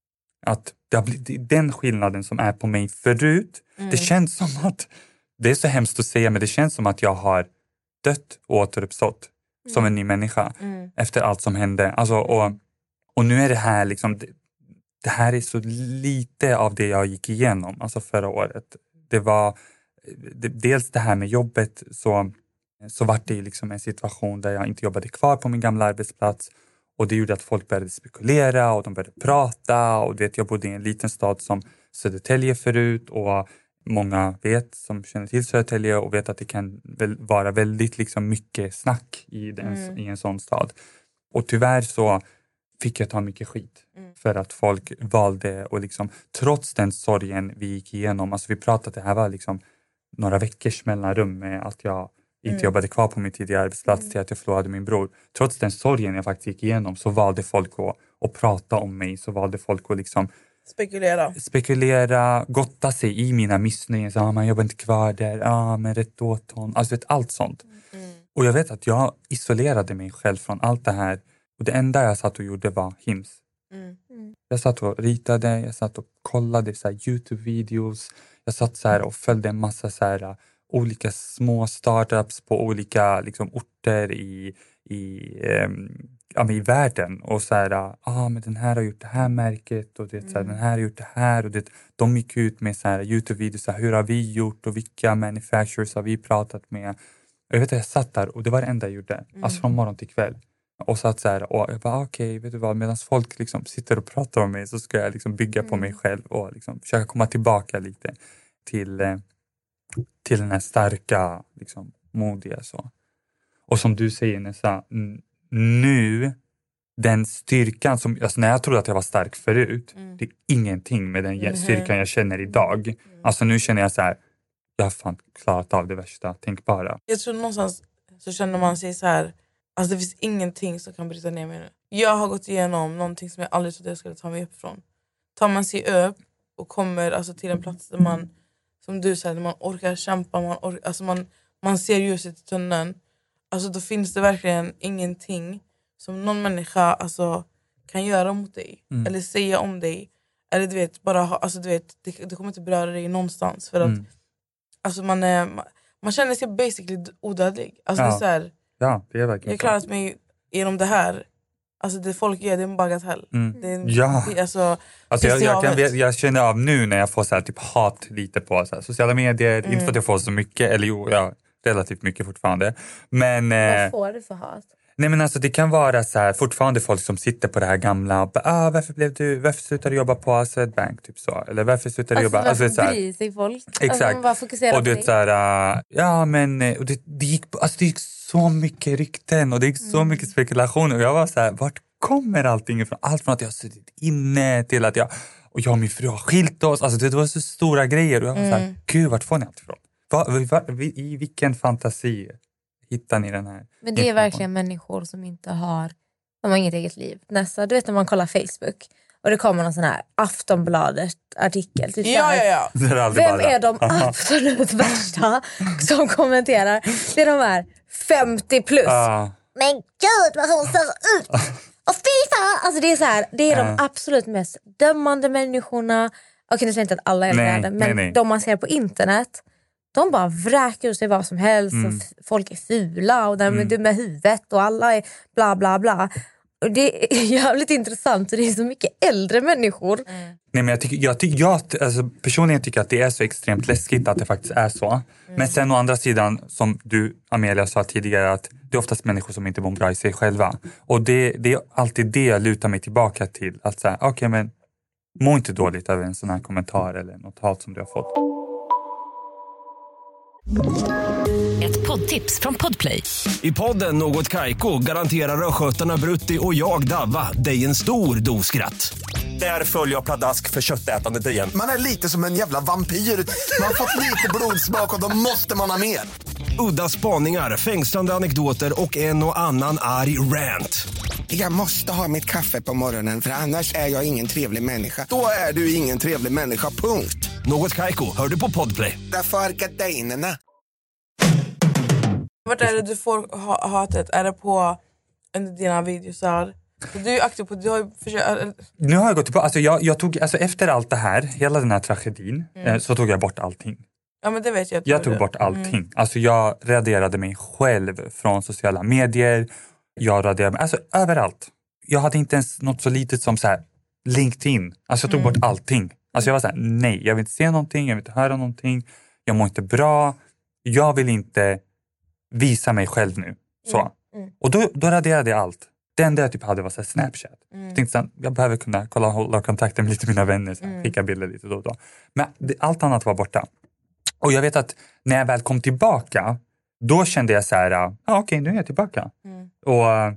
att det har blivit den skillnaden som är på mig förut. Mm. Det känns som att, det är så hemskt att säga, men det känns som att jag har dött och återuppstått mm. som en ny människa mm. efter allt som hände. Alltså, och, och nu är det här liksom, det, det här är så lite av det jag gick igenom alltså förra året. Det var det, dels det här med jobbet, så så var det liksom en situation där jag inte jobbade kvar på min gamla arbetsplats, och det gjorde att folk började spekulera och de började prata, och vet, jag bodde i en liten stad som Södertälje förut, och många vet som känner till Södertälje och vet att det kan väl vara väldigt liksom mycket snack i, den, mm. i en sån stad. Och tyvärr så fick jag ta mycket skit mm. för att folk valde, och liksom trots den sorgen vi gick igenom, alltså vi pratade, det här var liksom några veckors mellanrum med att jag inte mm. jobbade kvar på min tidigare arbetsplats mm. till att jag förlorade min bror. Trots den sorgen jag faktiskt gick igenom, så valde folk att, att prata om mig. Så valde folk att liksom spekulera. Spekulera, gotta sig i mina missnöjen. Så, ah, man jobbar inte kvar där. Ja, ah, men rätt åt hon. Alltså vet, allt sånt. Mm. Och jag vet att jag isolerade mig själv från allt det här. Och det enda jag satt och gjorde var hims. Mm. Mm. Jag satt och ritade, jag satt och kollade så här YouTube-videos. Jag satt så här och följde en massa så här olika små startups på olika liksom, orter i, i, eh, ja, i världen. Och så här, ah, men den här har gjort det här märket, och det, mm. så här, den här har gjort det här. Och det, de gick ut med så här YouTube-videos, så här, hur har vi gjort och vilka manufacturers har vi pratat med. Och jag vet att jag satt där och det var det enda jag gjorde. Mm. Alltså från morgon till kväll. Och satt så här, och jag bara okej, okay, vet du vad, medan folk liksom sitter och pratar om mig, så ska jag liksom bygga mm. på mig själv och liksom försöka komma tillbaka lite till... Eh, till den här starka, liksom, modiga så. Och som du säger Nessa, n- nu den styrkan som, alltså när jag trodde att jag var stark förut, mm. det är ingenting med den mm. styrkan jag känner idag. Mm. Alltså nu känner jag så här, jag har fan klarat av det värsta tänkbara. Jag tror någonstans så känner man sig så här, alltså det finns ingenting som kan bryta ner mig nu. Jag har gått igenom någonting som jag aldrig trodde jag skulle ta mig upp från. Tar man sig upp och kommer alltså till en plats där man, som du säger, man orkar kämpa, man, or- alltså man, man ser ljuset i tunneln. Alltså då finns det verkligen ingenting som någon människa alltså, kan göra mot dig. Mm. Eller säga om dig. Eller du vet, bara ha, alltså, du vet, det, det kommer inte beröra dig någonstans. För att mm. alltså, man, är, man, man känner sig basically odödlig. Alltså, ja. det är så här, ja, det är verkligen jag har klarat mig genom det här. Alltså det folk gör, det är en bagatell. Mm. Det är en, ja. det, alltså, alltså jag, jag, kan, jag känner av nu när jag får så här, typ hat lite på så här, sociala medier. Mm. Inte för att jag får så mycket, eller jo, ja, relativt mycket fortfarande. Men, vad får du för hat? Nej men alltså det kan vara så här, fortfarande folk som sitter på det här gamla och bara, ah, varför blev du, varför slutade du jobba på Swedbank typ så, eller varför slutade du alltså, jobba, alltså så här, bryr sig folk. Exakt. Alltså, bara fokuserar och det så här, uh, ja men och det, det gick alltså det gick så mycket rykten och det gick så mm. mycket spekulationer och jag var så här, vart kommer allting ifrån? Allt från att jag har suttit inne till att jag och jag och min fru har skilt oss, alltså det, det var så stora grejer och jag var mm. så här, gud vart får ni allt ifrån? Va, va, va, i vilken fantasi hittar ni den här? Men det är verkligen människor som inte har, de har inget eget liv. Nästa, du vet när man kollar Facebook och det kommer någon sån här Aftonbladet-artikel. Typ ja, ja, ja. Vem bara. Är de absolut värsta som kommenterar? Det är de här femtio plus. Uh. Men gud vad hon ser ut! Och fy fan! Alltså det är så här, det är uh. de absolut mest dömande människorna. Okej, nu säger inte att alla är världen, men nej, nej. De man ser på internet, de bara vräker ur sig vad som helst mm. och f- folk är fula och de är mm. dumma i huvudet och alla är bla bla bla. Och det är jävligt intressant och det är så mycket äldre människor. Mm. Nej men jag tycker, jag tycker jag, alltså, personligen tycker att det är så extremt läskigt att det faktiskt är så. Mm. Men sen å andra sidan, som du Amelia sa tidigare, att det är oftast människor som inte mår bra i sig själva. Och det, det är alltid det jag lutar mig tillbaka till. Att säga, okej okay, men må inte dåligt över en sån här kommentar eller något hat som du har fått. Ett poddtips från Podplay. I podden Något Kaiko garanterar östgötarna Brutti och jag Davva dig en stor dos skratt. Där följer jag pladask för köttätandet igen. Man är lite som en jävla vampyr. Man har fått lite blodsmak och då måste man ha mer. Udda spaningar, fängslande anekdoter och en och annan arg rant. Jag måste ha mitt kaffe på morgonen för annars är jag ingen trevlig människa. Då är du ingen trevlig människa, punkt. Något Kaiko, hör du på Podplay. Därför är gardinerna. Vart är det du får ha- hatet? Är det på under dina videosar? Du är ju aktiv på... Du har ju försökt, Nu har jag gått tillbaka. Alltså jag, jag tog, alltså efter allt det här, hela den här tragedin, mm. eh, så tog jag bort allting. ja, men det vet jag. Jag tog bort allting. Mm. Alltså jag raderade mig själv från sociala medier. Jag raderade mig, alltså överallt. Jag hade inte ens något så litet som så här LinkedIn. Alltså jag tog mm. bort allting. Alltså jag var så här, nej, jag vill inte se någonting, jag vill inte höra någonting. Jag mår inte bra. Jag vill inte visa mig själv nu. Så. Mm. Mm. Och då, då raderade jag allt. Det enda jag typ hade var så här Snapchat. Mm. Jag tänkte så här, jag behöver kunna kolla och hålla kontakten med lite mina vänner. Så här, mm. skicka bilder lite då och då. Men det, allt annat var borta. Och jag vet att när jag väl kom tillbaka, då kände jag så här, ja ah, okej, okay, nu är jag tillbaka. Mm. Och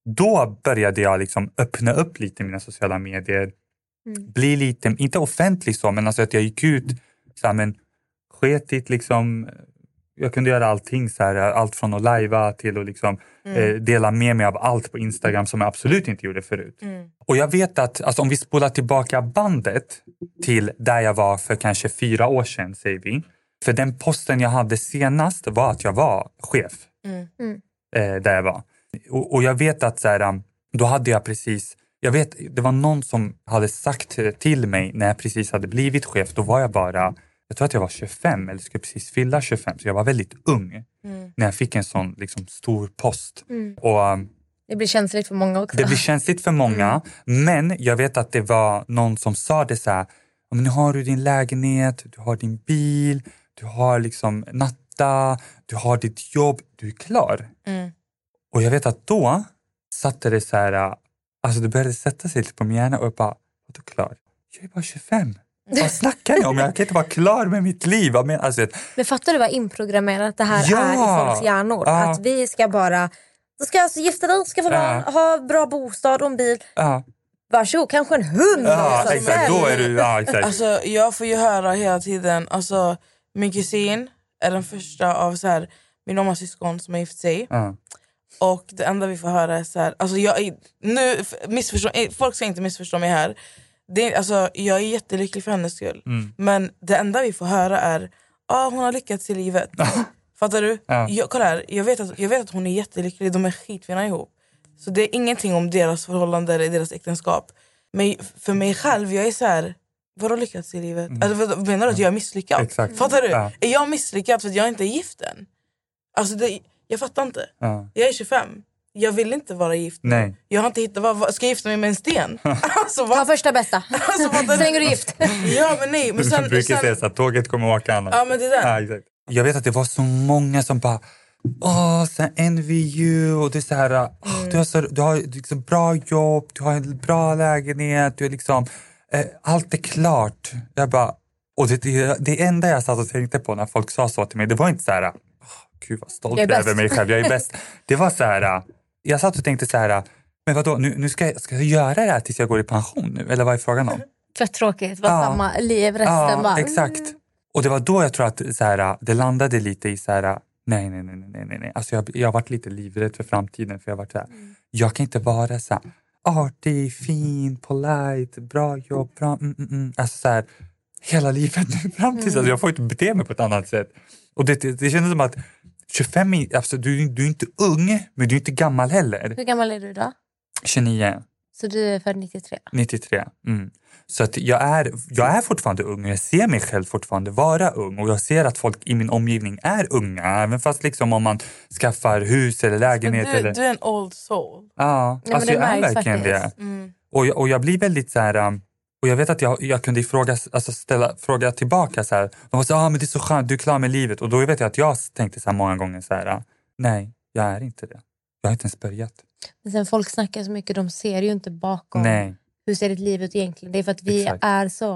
då började jag liksom öppna upp lite mina sociala medier. Mm. Bli lite, inte offentlig så, men alltså att jag gick ut så här, men sketigt liksom, jag kunde göra allting så här, allt från att livea till att liksom mm. eh, dela med mig av allt på Instagram som jag absolut inte gjorde förut. Mm. Och jag vet att, alltså om vi spolar tillbaka bandet till där jag var för kanske fyra år sedan, säger vi. För den posten jag hade senast var att jag var chef mm. Mm. Eh, där jag var. Och, och jag vet att så här, då hade jag precis, jag vet, det var någon som hade sagt till mig när jag precis hade blivit chef, då var jag bara, jag tror att jag var tjugofem eller skulle precis fylla tjugofem, så jag var väldigt ung mm. när jag fick en sån liksom stor post. Mm. Och det blir känsligt för många också. Det blir känsligt för många, mm. men jag vet att det var någon som sa det så här, nu har du din lägenhet, du har din bil, du har liksom natta, du har ditt jobb, du är klar. Mm. Och jag vet att då satte det så här, alltså det började sätta sig lite på min hjärna och jag bara, vad är klar? Jag är bara tjugofem. Vad snackar jag om? Jag kan inte vara klar med mitt liv. Men, alltså, men fattar du vad inprogrammerat det här ja, är i folks hjärnor? Ja. Att vi ska bara, då ska jag alltså gifta dig, ska få barn, ja. ha bra bostad och en bil. Ja. Varsågod, kanske en hund. Ja, exakt, då är du, ja, exakt. Alltså, jag får ju höra hela tiden, alltså min kusin är den första av så här, min mammas syskon som har gift sig. Ja. Och det enda vi får höra är så här, alltså jag, nu, missförstå, folk ska inte missförstå mig här. Det är, alltså, jag är jättelycklig för hennes skull. Mm. Men det enda vi får höra är, ah, hon har lyckats i livet. Fattar du? Ja. Jag, kolla här, jag vet, att, jag vet att hon är jättelycklig, de är skitfina ihop. Så det är ingenting om deras förhållande eller deras äktenskap. Men för mig själv, jag är så här, vadå lyckats i livet? Mm. Alltså, menar du att jag är misslyckad? Exakt. Fattar du? Ja. Är jag misslyckad för att jag inte är gift än? Alltså det, jag fattar inte. Ja. Jag är tjugofem. Jag vill inte vara gift. Nej. Jag har inte hittat, vad, ska jag gifta mig med en sten? Alltså, vad? Ta första bästa. Alltså, vad, så länge du är gift. Ja, men nej. Men sen, du brukar sen, säga så att tåget kommer åka annars. Ja, men det där. Ja, exakt. Jag vet att det var så många som bara, åh, så här, envy you. Och det är så här, mm. oh, du har, så, du har liksom bra jobb, du har en bra lägenhet, du är liksom, eh, allt är klart. Jag bara, och det, det, det enda jag satt och tänkte på när folk sa så till mig, det var inte så här, gud vad stolt jag är över mig själv, jag är bäst. Det var så här, jag satt och tänkte så här, men vadå, nu, nu ska, jag, ska jag göra det här tills jag går i pension nu? Eller vad är frågan om? Fett tråkigt, var ja. samma liv resten ja, bara. Exakt. Och det var då jag tror att så här, det landade lite i så här, nej, nej, nej, nej, nej, nej. Alltså jag, jag har varit lite livrädd för framtiden, för jag har varit så här, mm. jag kan inte vara så här, artig, fin, polite, bra jobb, bra, mm, mm, mm. Alltså så här, hela livet nu fram tills, mm. alltså jag får inte bete mig på ett annat sätt. Och det, det, det kändes som att tjugofem, alltså, du, du är inte ung, men du är inte gammal heller. Hur gammal är du då? tjugonio. Så du är född nittiotre? nittiotre, mm. Så att jag är, jag är fortfarande ung och jag ser mig själv fortfarande vara ung. Och jag ser att folk i min omgivning är unga. Även fast liksom om man skaffar hus eller lägenhet. Du, eller... du är en old soul. Ja, ja alltså jag är verkligen faktiskt. det. Mm. Och, jag, och jag blir väldigt så här... Um, och jag vet att jag, jag kunde fråga, alltså ställa, fråga tillbaka så här. De var så ah, men det är så skönt, du är klar med livet. Och då vet jag att jag tänkte så här många gånger så här. Nej, jag är inte det. Jag har inte ens börjat. Men sen folk snackar så mycket, de ser ju inte bakom. Nej. Hur ser ditt liv ut egentligen? Det är för att vi Exakt. är så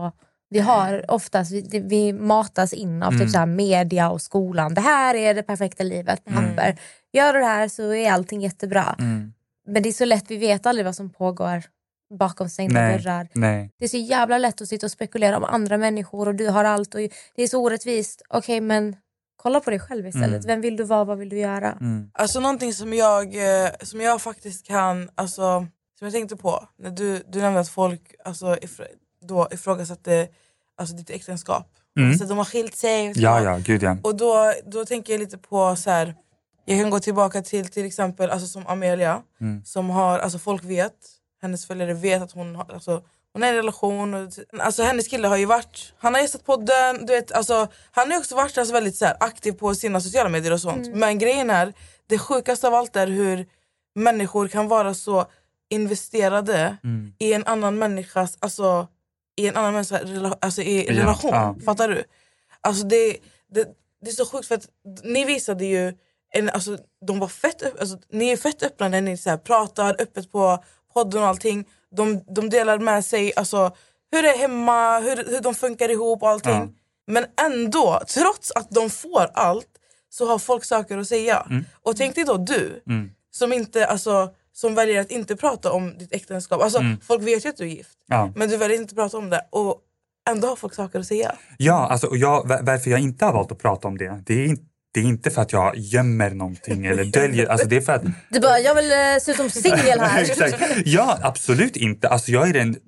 Vi har oftast, vi, vi matas in av Mm. typ så här media och skolan. Det här är det perfekta livet, papper. Mm. Gör du det här så är allting jättebra. Mm. Men det är så lätt, vi vet aldrig vad som pågår bakom stängda Nej. dörrar. Nej. Det är så jävla lätt att sitta och spekulera om andra människor och du har allt och det är så orättvist. Okej, okay, men kolla på dig själv istället. Mm. Vem vill du vara, vad vill du göra? Mm. Alltså någonting som jag, eh, som jag faktiskt kan, alltså, som jag tänkte på när du, du nämnde att folk alltså, ifr- då ifrågasatte alltså, ditt äktenskap. Mm. Alltså, de har skilt sig. Ja, ja, gud ja. Och då, då tänker jag lite på så här. Jag kan gå tillbaka till till exempel alltså, som Amelia. Mm. Som har, alltså folk vet, hennes följare vet att hon har, alltså, hon är i en relation. Och, alltså hennes kille har ju varit, han har gästat podden, du vet, alltså, han har också varit alltså, väldigt så här, aktiv på sina sociala medier och sånt. Mm. Men grejen är, det sjukaste av allt är hur människor kan vara så investerade Mm. i en annan människas, alltså i en annan människas rela- alltså, i Ja, relation. ja. Fattar du? Alltså det, det, det är så sjukt för att ni visade ju en, alltså, de var fett upp, alltså, ni är fett öppna när ni så här, pratar öppet på podden och allting. De, de delar med sig alltså, hur det är hemma, hur, hur de funkar ihop och allting. Ja. Men ändå, trots att de får allt så har folk saker att säga. Mm. Och tänk dig då du Mm. som inte, alltså, som väljer att inte prata om ditt äktenskap. Alltså, Mm. folk vet ju att du är gift. Ja. Men du väljer inte att prata om det. Och ändå har folk saker att säga. Ja, alltså, och jag, var- varför jag inte har valt att prata om det, det är, in, det är inte för att jag gömmer någonting eller döljer, alltså det är för att... Du bara, jag vill eh, se ut som singel här. Exakt. Ja, absolut inte. Alltså jag är den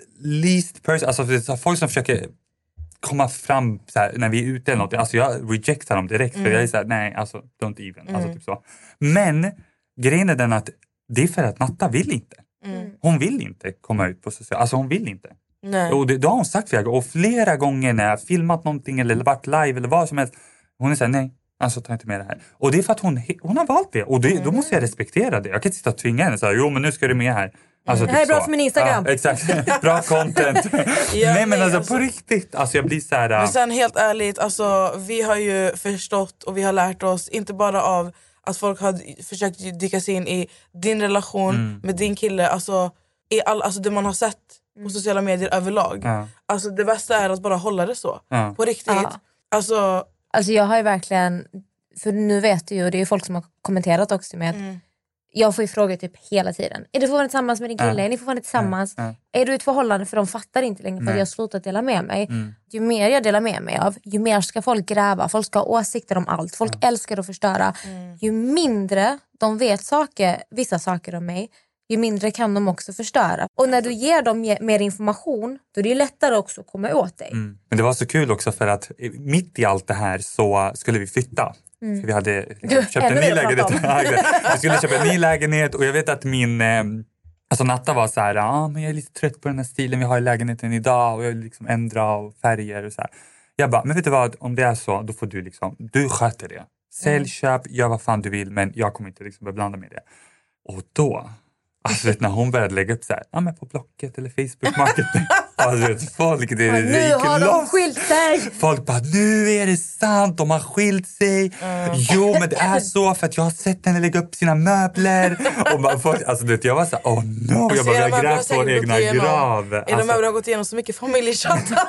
least person, alltså det är så folk som försöker komma fram så här, när vi är ute eller något, alltså jag rejectar dem direkt för jag är så här, nej, alltså don't even, alltså typ så. Men grejen är den att det är för att Natta vill inte. Mm. Hon vill inte komma ut på sociala, alltså hon vill inte. Nej. Och det, det har hon sagt flera gånger. Och flera gånger när jag har filmat någonting eller varit live eller vad som helst. Hon är såhär, nej, alltså ta inte med det här. Och det är för att hon, hon har valt det. Och det, Mm. då måste jag respektera det. Jag kan inte sitta och tvinga henne såhär, jo men nu ska du med här. Alltså, Det här är typ bra så. för min Instagram. Ja, exakt, bra content. Ja, nej men nej, alltså, alltså- på riktigt. Alltså jag blir såhär... Men sen helt ärligt, alltså, vi har ju förstått och vi har lärt oss, inte bara av att folk har försökt dyka sig in i din relation Mm. med din kille, alltså, i all, alltså det man har sett på sociala medier överlag. Ja. Alltså det bästa är att bara hålla det så. Ja. På riktigt. Ja. Alltså, Alltså jag har ju verkligen, för nu vet du ju, och det är ju folk som har kommenterat också till mig att mm. jag får ju frågor typ hela tiden. Är du fortfarande tillsammans med din kille? Ja. Är ni fortfarande tillsammans? Ja. Är du i ett förhållande? För de fattar inte längre för att Nej. jag har slutat dela med mig. Mm. Ju mer jag delar med mig av, ju mer ska folk gräva. Folk ska ha åsikter om allt. Folk älskar att förstöra. Mm. Ju mindre de vet saker, vissa saker om mig, ju mindre kan de också förstöra. Och när du ger dem ge- mer information, då är det ju lättare också att komma åt dig. Mm. Men det var så kul också för att mitt i allt det här så skulle vi flytta. Mm. För vi hade liksom, köpt en ännu ny mer att lägenhet. prata Vi skulle köpa en ny lägenhet och jag vet att min... Eh, alltså Natta var så här, ja ah, men jag är lite trött på den här stilen vi har i lägenheten idag och jag vill liksom ändra och färger och så här. Jag bara, men vet du vad, om det är så, då får du liksom, du sköter det. Sälj, Mm. köp, gör vad fan du vill men jag kommer inte liksom beblanda med det. Och då... Alltså vet, när hon började lägga upp så här, ja men på Blocket eller Facebook Marketing. Alltså vet, folk det Men nu gick har de loss. skilt sig! Folk bara, nu är det sant, de har skilt sig. Jo men det är så för att jag har sett henne lägga upp sina möbler. Och man, folk, alltså vet, jag var så här, oh no. Jag bara, vi har grävt vår egna grav. Era Alltså, möbler har gått igenom så mycket familjechattar.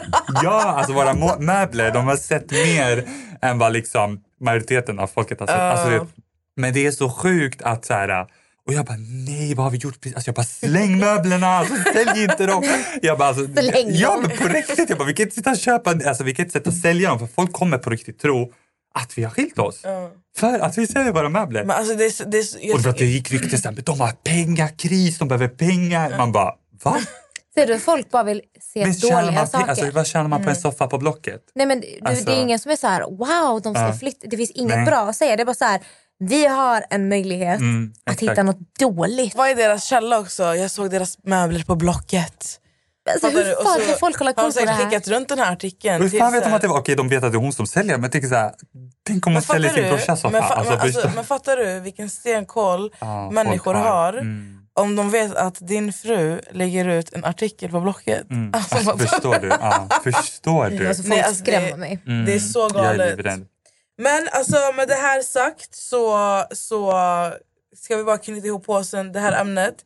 ja, alltså våra må- möbler, de har sett mer än vad liksom majoriteten av folket har sett. Alltså, vet, men det är så sjukt att så här. Och jag bara, nej vad har vi gjort? Alltså jag bara, släng möblerna, alltså, sälj inte dem. Jag bara, alltså, Släng ja dem. men på riktigt, jag bara, vi kan inte sitta och köpa, alltså vi kan inte sitta och sälja dem för folk kommer på riktigt tro att vi har skilt oss. Ja. För att vi säljer våra möbler. Men alltså det, är- det, är- jag, Och för att det gick rykten så här, men de har pengakris, de behöver pengar. Man bara, va? Ser du, folk bara vill se Men tjänar dåliga man, saker. alltså, vad tjänar man på en soffa på Blocket? Nej men du, Alltså- det är ingen som är så här: wow, de ska Ja. flytta. Det finns inget Nej. bra att säga. Det är bara så här: vi har en möjlighet Mm, att exakt. hitta något dåligt. vad är deras källa också? Jag såg deras möbler på Blocket. Alltså, Fattar du? hur Och fan så kan folk hålla har koll de på det säkert här? skickat runt den här artikeln. Hur till fan vet så de här- att det var, okej de vet att det är hon som säljer, men jag tänker så här, tänk om hon Men säljer fattar sin du? brorsas soffa. Men, fa- Alltså, men, alltså, förstå- men fattar du vilken stenkoll Ja, människor folk har Mm. om de vet att din fru lägger ut en artikel på Blocket? Mm. Alltså, Alltså, förstår du? Ja, förstår du? Alltså, folk Nej, alltså, skrämmer det- mig. Mm. det är så Jag är galet. livrädd. Men alltså med det här sagt så, så ska vi bara knyta ihop påsen det här ämnet.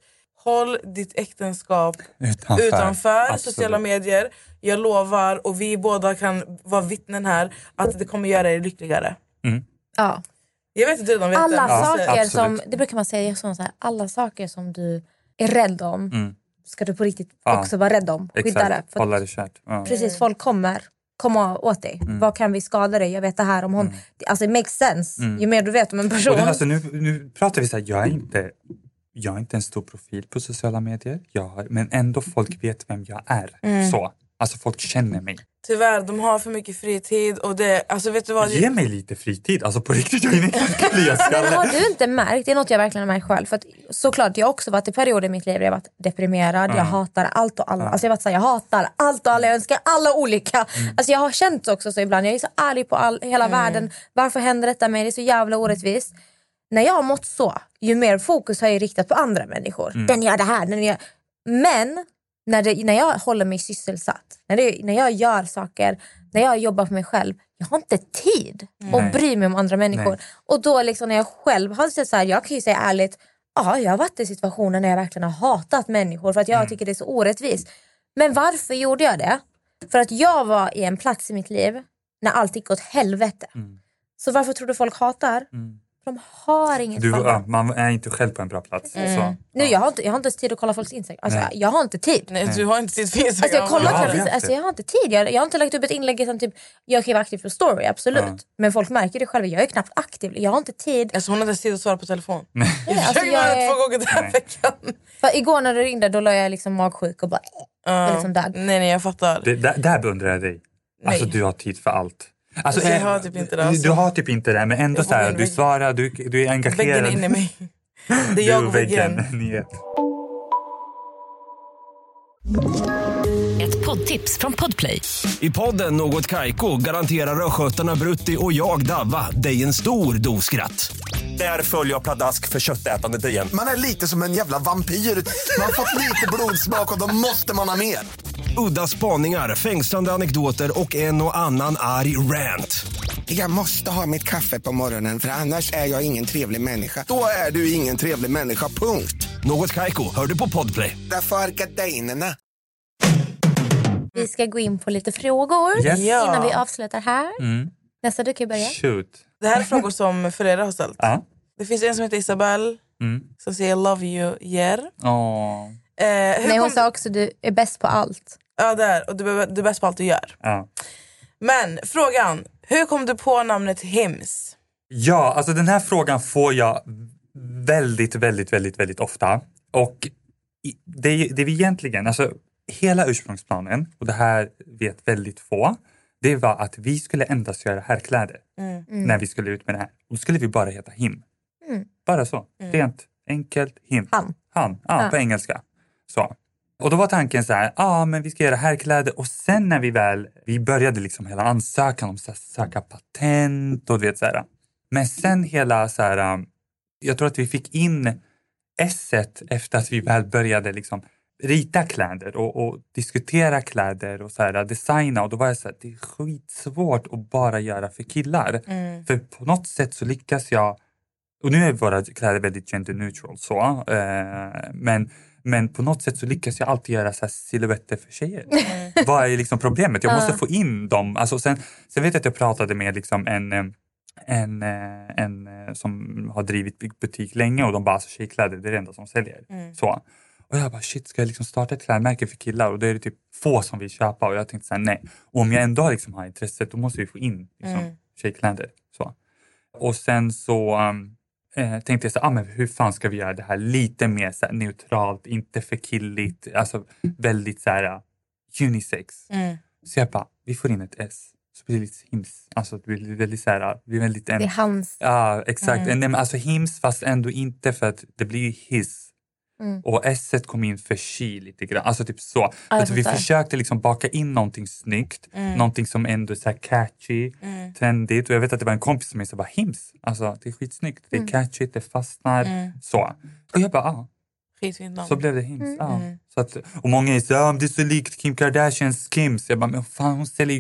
håll ditt äktenskap Utanför, utanför sociala medier. Jag lovar, och vi båda kan vara vittnen här, att det kommer göra er lyckligare. Mm. Ja. Jag vet inte hur de vet alla det. saker ja, som, det brukar man säga så här, alla saker som du är rädd om Mm. ska du på riktigt Ja. också vara rädd om. Skydda Exakt, det. För hålla det kärt. Ja. precis, folk kommer komma åt dig. Mm. Vad kan vi skada dig? Jag vet det här om hon. Mm. Alltså it makes sense. Mm. Ju mer du vet om en person. Och det, alltså, nu, nu pratar vi så här, jag är inte jag är inte en stor profil på sociala medier. Jag har, men ändå folk vet vem jag är. Mm. Så. Alltså folk känner mig. Tyvärr, de har för mycket fritid. Och det, alltså vet du vad? Ge mig lite fritid. Alltså på riktigt, jag är inte Men har du inte märkt, det är något jag verkligen har märkt själv. För att, såklart, jag har också varit i perioder i mitt liv där jag har varit deprimerad. Mm. Jag hatar allt och alla. Mm. Alltså jag har varit så här, jag hatar allt och alla. Jag önskar alla olika. Mm. Alltså jag har känt också så ibland. Jag är så arg på all, hela Mm. världen. Varför händer detta med mig? Det är så jävla orättvist. När jag har mått så, ju mer fokus har jag riktat på andra människor. Mm. Den gör det här, den gör... Men när, det, när jag håller mig sysselsatt, när, det, när jag gör saker, när jag jobbar för mig själv, jag har inte tid Nej. att bry mig om andra människor. Nej. Och då liksom när jag själv har sett så här, jag kan ju säga ärligt, ja, jag har varit i situationer när jag verkligen har hatat människor för att jag Mm. tycker det är så orättvist. Men varför gjorde jag det? För att jag var i en plats i mitt liv när allt gick åt helvete. Mm. Så varför tror du folk hatar? Mm. De har inget Du, fall. ja, man är inte själv på en bra plats. Mm. Så, Nu, ja. jag har, inte, jag har inte ens tid att kolla folks Instagram. Alltså, Nej. jag har inte tid. Nej, du har inte tid för Instagram. Alltså jag, kollar Ja, knappt- vet alltså det. jag har inte tid. Jag, jag har inte lagt upp ett inlägg utan typ, jag kan vara aktiv på story, absolut. Ja. Men folk märker det själva. Jag är knappt aktiv. Jag har inte tid. Alltså hon hade tid att svara på telefon. Nej, Jag alltså, försökte jag göra är, två gånger den här Nej. veckan. för igår när du ringde då låg jag liksom magsjuk och bara Ja. liksom död. Nej, nej, jag fattar. Det, där, där beundrar jag dig. Alltså Nej. du har tid för allt. Alltså, Alltså, jag eh, har typ inte det, du- alltså. Du har typ inte det, men ändå Jag så här, får du väggen. svarar, du, du är engagerad. Väggen är inne i mig. Det är Du jag och och väggen. Ni är ett. Ett poddtips från Podplay. I podden Något Kaiko garanterar röskötarna Brutti och jag Davva dig en stor dos skratt. Där följer jag pladask för köttätandet igen. Man är lite som en jävla vampyr. Man har fått lite blodsmak och då måste man ha mer. Udda spaningar, fängslande anekdoter och en och annan arg rant. Jag måste ha mitt kaffe på morgonen för annars är jag ingen trevlig människa. Då är du ingen trevlig människa, punkt. Något Kaiko, hör du på Podplay. Därför är gardinerna. Vi ska gå in på lite frågor Yes. Ja. innan vi avslutar här. Mm. Nästa, du kan ju börja. Shoot. Det här är frågor som föräldrar har ställt. Ja. Det finns en som heter Isabel Mm. som säger love you, Jer. Åh. Eh, hur Nej, hon kom... sa också du är bäst på allt. Ja, där. Och du, är- du är bäst på allt du gör. Ja. Men frågan, hur kom du på namnet Hims? Ja, alltså den här frågan får jag väldigt, väldigt, väldigt, väldigt ofta. Och i- det, det vi egentligen, alltså hela ursprungsplanen, och det här vet väldigt få, det var att vi skulle endast göra herrkläder Mm. när vi skulle ut med det här. Och då skulle vi bara heta Him. Mm. Bara så. Rent, enkelt, Him. Han. Han, ja, Ja. på engelska. Så. Och då var tanken så här, ja ah, men vi ska göra herrkläder. Och sen när vi väl, vi började liksom hela ansökan om så här, söka patent och du vet så här. Men sen hela så här, um, jag tror att vi fick in esset efter att vi väl började liksom rita kläder och, och diskutera kläder och så här, designa. Och då var jag så här, det är skitsvårt att bara göra för killar. Mm. För på något sätt så lyckas jag, och nu är våra kläder väldigt gender neutral så, eh, men, men på något sätt så lyckas jag alltid göra så här silhuetter för tjejer. Mm. Vad är liksom problemet? Jag måste Ja. få in dem. Alltså sen, sen vet jag att jag pratade med liksom en, eh, en, eh, en eh, som har drivit butik länge och de bara, alltså tjejkläder, det är det enda som säljer. Mm. Så. Och jag bara, shit, ska jag liksom starta ett klädmärke för killar? Och då är det typ få som vill köpa. Och jag tänkte så här, nej. Och om jag ändå liksom har intresset, då måste vi få in liksom, Mm. tjejkläder. Så. Och sen så um, eh, tänkte jag så här, ah, men hur fan ska vi göra det här lite mer så här, neutralt, inte för killigt, alltså väldigt så här uh, unisex. Mm. Så jag bara, vi får in ett S. Så blir det lite hims. Alltså det blir väldigt så här, uh, det blir väldigt en... Det är hans. Ja, exakt. Mm. Nej, men alltså hims fast ändå inte för att det blir his. Mm. Och S-et kom in för she lite grann. Alltså typ så. jag Alltså, vi fattar. försökte liksom baka in någonting snyggt. Mm. Någonting som ändå är så här catchy, Mm. trendigt. Och jag vet att det var en kompis som sa bara hims. Alltså det är skitsnyggt. Det är Mm. catchy, det fastnar. Mm. Så. Och jag bara, ah, Skitfint namn. så blev det hims. Mm. Ja. Mm. Så att, och många är så ah, det är så likt Kim Kardashians Kims. Jag bara, men fan hon säljer ju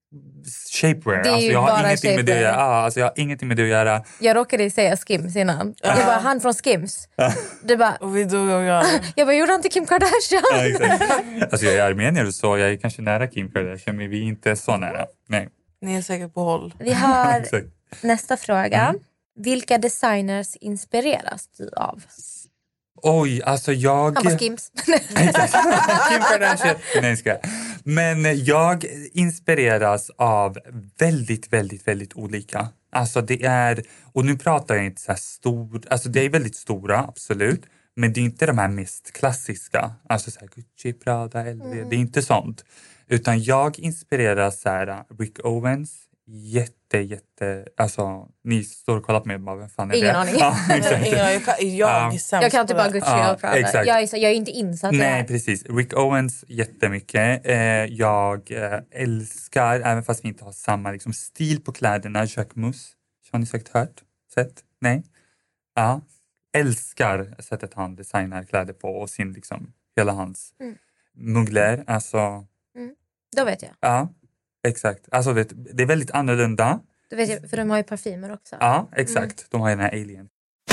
shapewear. Det är Alltså, ju jag, har bara ingenting med det, shapewear. ja, alltså, jag har ingenting med det att göra. Jag råkade säga Skims innan. Det var han från Skims. Det bara, Och vi dog och jag. jag bara, gjorde han till Kim Kardashian? Ja, exakt. Alltså, jag är armenier så jag är kanske nära Kim Kardashian, men vi är inte så nära. Nej. Ni är säkert på håll. Vi har Exakt. nästa fråga. Mm. Vilka designers inspireras du av? Oj, alltså jag... Han var Skims. Exakt. Kim Kardashian. Nej, ska. Men jag inspireras av väldigt, väldigt, väldigt olika. Alltså det är, och nu pratar jag inte så här stor, alltså det är väldigt stora, absolut. Men det är inte de här mest klassiska, alltså så här Gucci, Prada, L V, mm. det är inte sånt. Utan jag inspireras så här Rick Owens, jätte, jätte, alltså ni står och kollar på mig och bara, vem fan är Ingen det? aning. Ja, exakt. Ingen, jag kan, jag, Ja. Jag kan inte bara Gucci Ja, och Prada. exakt. Jag är, så, jag är inte insatt i det Nej, här. precis. Rick Owens jättemycket. Eh, jag eh, älskar, även fast vi inte har samma liksom, stil på kläderna, Jacques Mus. Har ni säkert hört? Sett? Nej? Ja. Älskar sättet han designar kläder på och sin liksom, hela hans mm. mugler. Alltså, mm. Då vet jag. Ja, exakt. Alltså, vet, det är väldigt annorlunda. Då vet jag, för de har ju parfymer också. Ja, exakt. Mm. De har ju den här alien.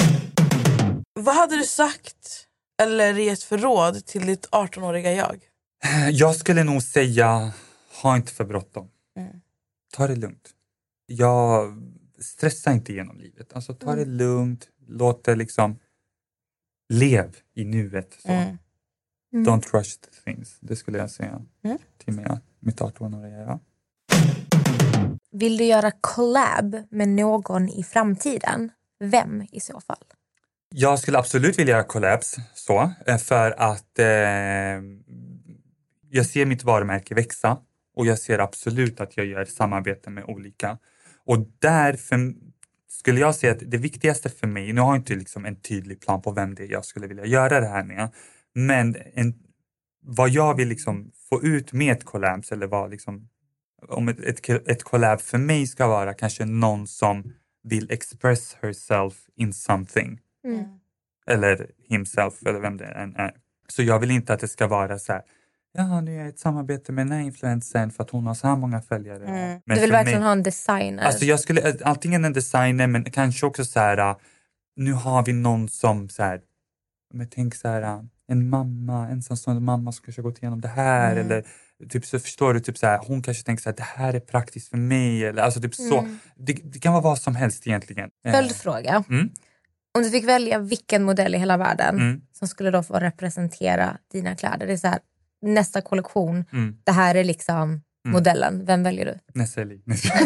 Vad hade du sagt eller gett för råd till ditt arton-åriga jag? Jag skulle nog säga, ha inte för bråttom. Mm. Ta det lugnt. Jag stressar inte igenom livet. Alltså ta mm. det lugnt. Låt det liksom lev i nuet. Så. Mm. Mm. Don't rush the things. Det skulle jag säga mm. till mig, mitt arton-åriga jag. Vill du göra collab med någon i framtiden? Vem i så fall? Jag skulle absolut vilja göra collabs så, för att eh, jag ser mitt varumärke växa och jag ser absolut att jag gör samarbete med olika. Och därför skulle jag säga att det viktigaste för mig, nu har jag inte liksom en tydlig plan på vem det är jag skulle vilja göra det här med, men en, vad jag vill liksom få ut med ett collabs eller vad liksom, om ett, ett, ett collab för mig ska vara kanske någon som vill express herself in something. Mm. Eller himself eller vem det än är. Så jag vill inte att det ska vara så här, ja nu är jag ett samarbete med den här influencern för att hon har så här många följare. Mm. Men du vill för verkligen mig, ha en designer. Alltså jag skulle, antingen en designer men kanske också så här, nu har vi någon som så här, men tänk så här, en mamma, ensamstående mamma som kanske har gått igenom det här mm. eller typ så förstår du typ så här, hon kanske tänker så här, det här är praktiskt för mig eller alltså typ mm. så, det, det kan vara vad som helst egentligen. Följdfråga. Mm. Om du fick välja vilken modell i hela världen mm. som skulle då få representera dina kläder, det är så här, nästa kollektion, mm. det här är liksom mm. modellen, vem väljer du? Nesseli.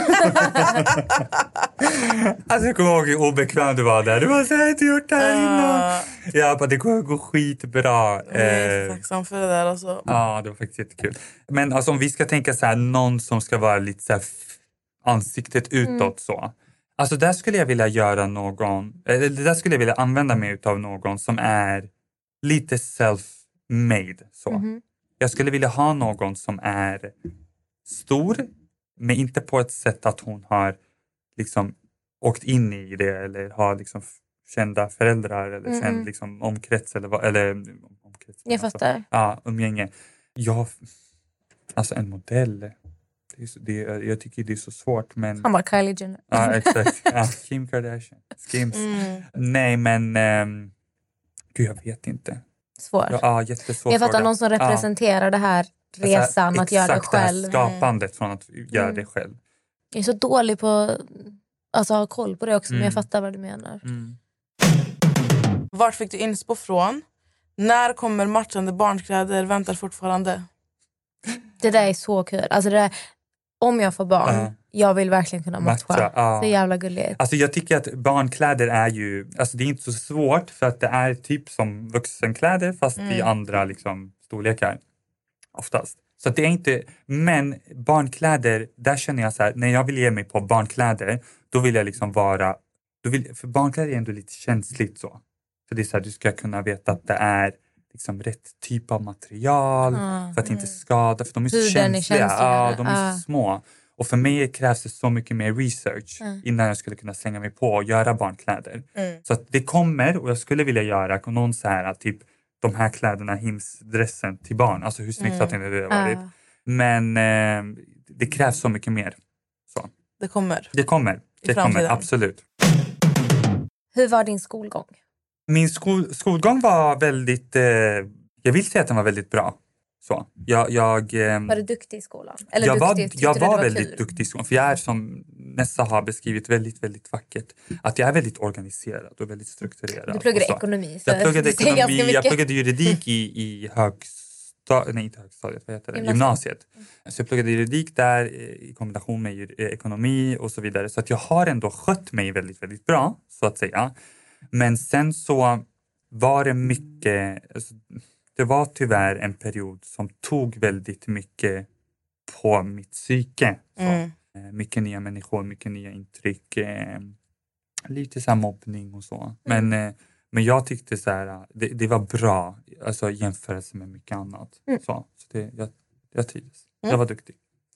Alltså jag kommer ihåg hur obekväm du var där. Du var så här, inte gjort det här innan. Uh, ja, bara, det kommer gå skitbra. Jag är eh, tacksam för det där. Alltså. Ja, det var faktiskt jättekul. Men alltså, om vi ska tänka så här, någon som ska vara lite så här, ansiktet utåt mm. så. Alltså där skulle jag vilja göra någon, eller där skulle jag vilja använda mig av någon som är lite self-made så. Mm. Jag skulle vilja ha någon som är stor, men inte på ett sätt att hon har liksom åkt in i det eller har liksom kända föräldrar eller mm. känd liksom omkrets eller, eller omkrets. Jag fattar. Alltså, ja, umgänge. Jag, alltså en modell, det är så, det, jag tycker det är så svårt. Men, han var Kylie Jenner. Ja, exakt. Ja, Kim Kardashian. Skims. Mm. Nej, men um, gud, jag vet inte. Svår. Ja, ja, jättesvår. Jag fattar fråga. Någon som representerar ja. Det här resan, alltså, att göra det själv. Exakt, det här skapandet från att göra mm. det själv. Jag är så dålig på alltså ha koll på det också, mm. men jag fattar vad du menar. Mm. Vart fick du inspo från? När kommer matchande barnkläder? Väntar fortfarande. Det där är så kul. Alltså det där, om jag får barn, uh. jag vill verkligen kunna matcha. matcha uh. Så jävla gulligt. Alltså jag tycker att barnkläder är ju, alltså det är inte så svårt för att det är typ som vuxenkläder fast mm. i andra liksom storlekar. Oftast. Så det är inte, men barnkläder, där känner jag så här, när jag vill ge mig på barnkläder, då vill jag liksom vara, då vill, för barnkläder är ändå lite känsligt så. För det är så här, du ska kunna veta att det är liksom rätt typ av material ah, för att inte skada, för de är så känsliga. Är ja, de är ah. så små. Och för mig krävs det så mycket mer research mm. innan jag skulle kunna slänga mig på och göra barnkläder. Mm. Så att det kommer, och jag skulle vilja göra någon så här typ de här kläderna, himsdressen till barn. Alltså hur snyggt mm. att det varit. Uh. Men eh, det krävs så mycket mer. Så. Det kommer. Det kommer. Det kommer, absolut. Hur var din skolgång? Min skol, skolgång var väldigt... Eh, jag vill säga att den var väldigt bra. Så. Jag, jag, eh, var du duktig i skolan? Eller jag duktig, var, jag var, var väldigt kul? duktig i skolan. För jag är, som Nessa har beskrivit väldigt, väldigt vackert, att jag är väldigt organiserad och väldigt strukturerad. Du pluggade ekonomi. Så jag pluggade ekonomi, jag pluggade mycket. juridik i, i högstadiet, nej inte högstadiet, vad heter det? Gymnasiet. Gymnasiet. Så jag pluggade juridik där i kombination med ju- ekonomi och så vidare. Så att jag har ändå skött mig väldigt, väldigt bra, så att säga. Men sen så var det mycket, alltså, det var tyvärr en period som tog väldigt mycket på mitt psyke. Så. Mm. Eh, Mycket nya människor, mycket nya intryck. Eh, lite så här mobbning och så. Men, eh, men jag tyckte så här, det, det var bra alltså, i jämförelse med mycket annat. Mm. Så, så det, jag, jag trivdes. Mm. Jag var duktig.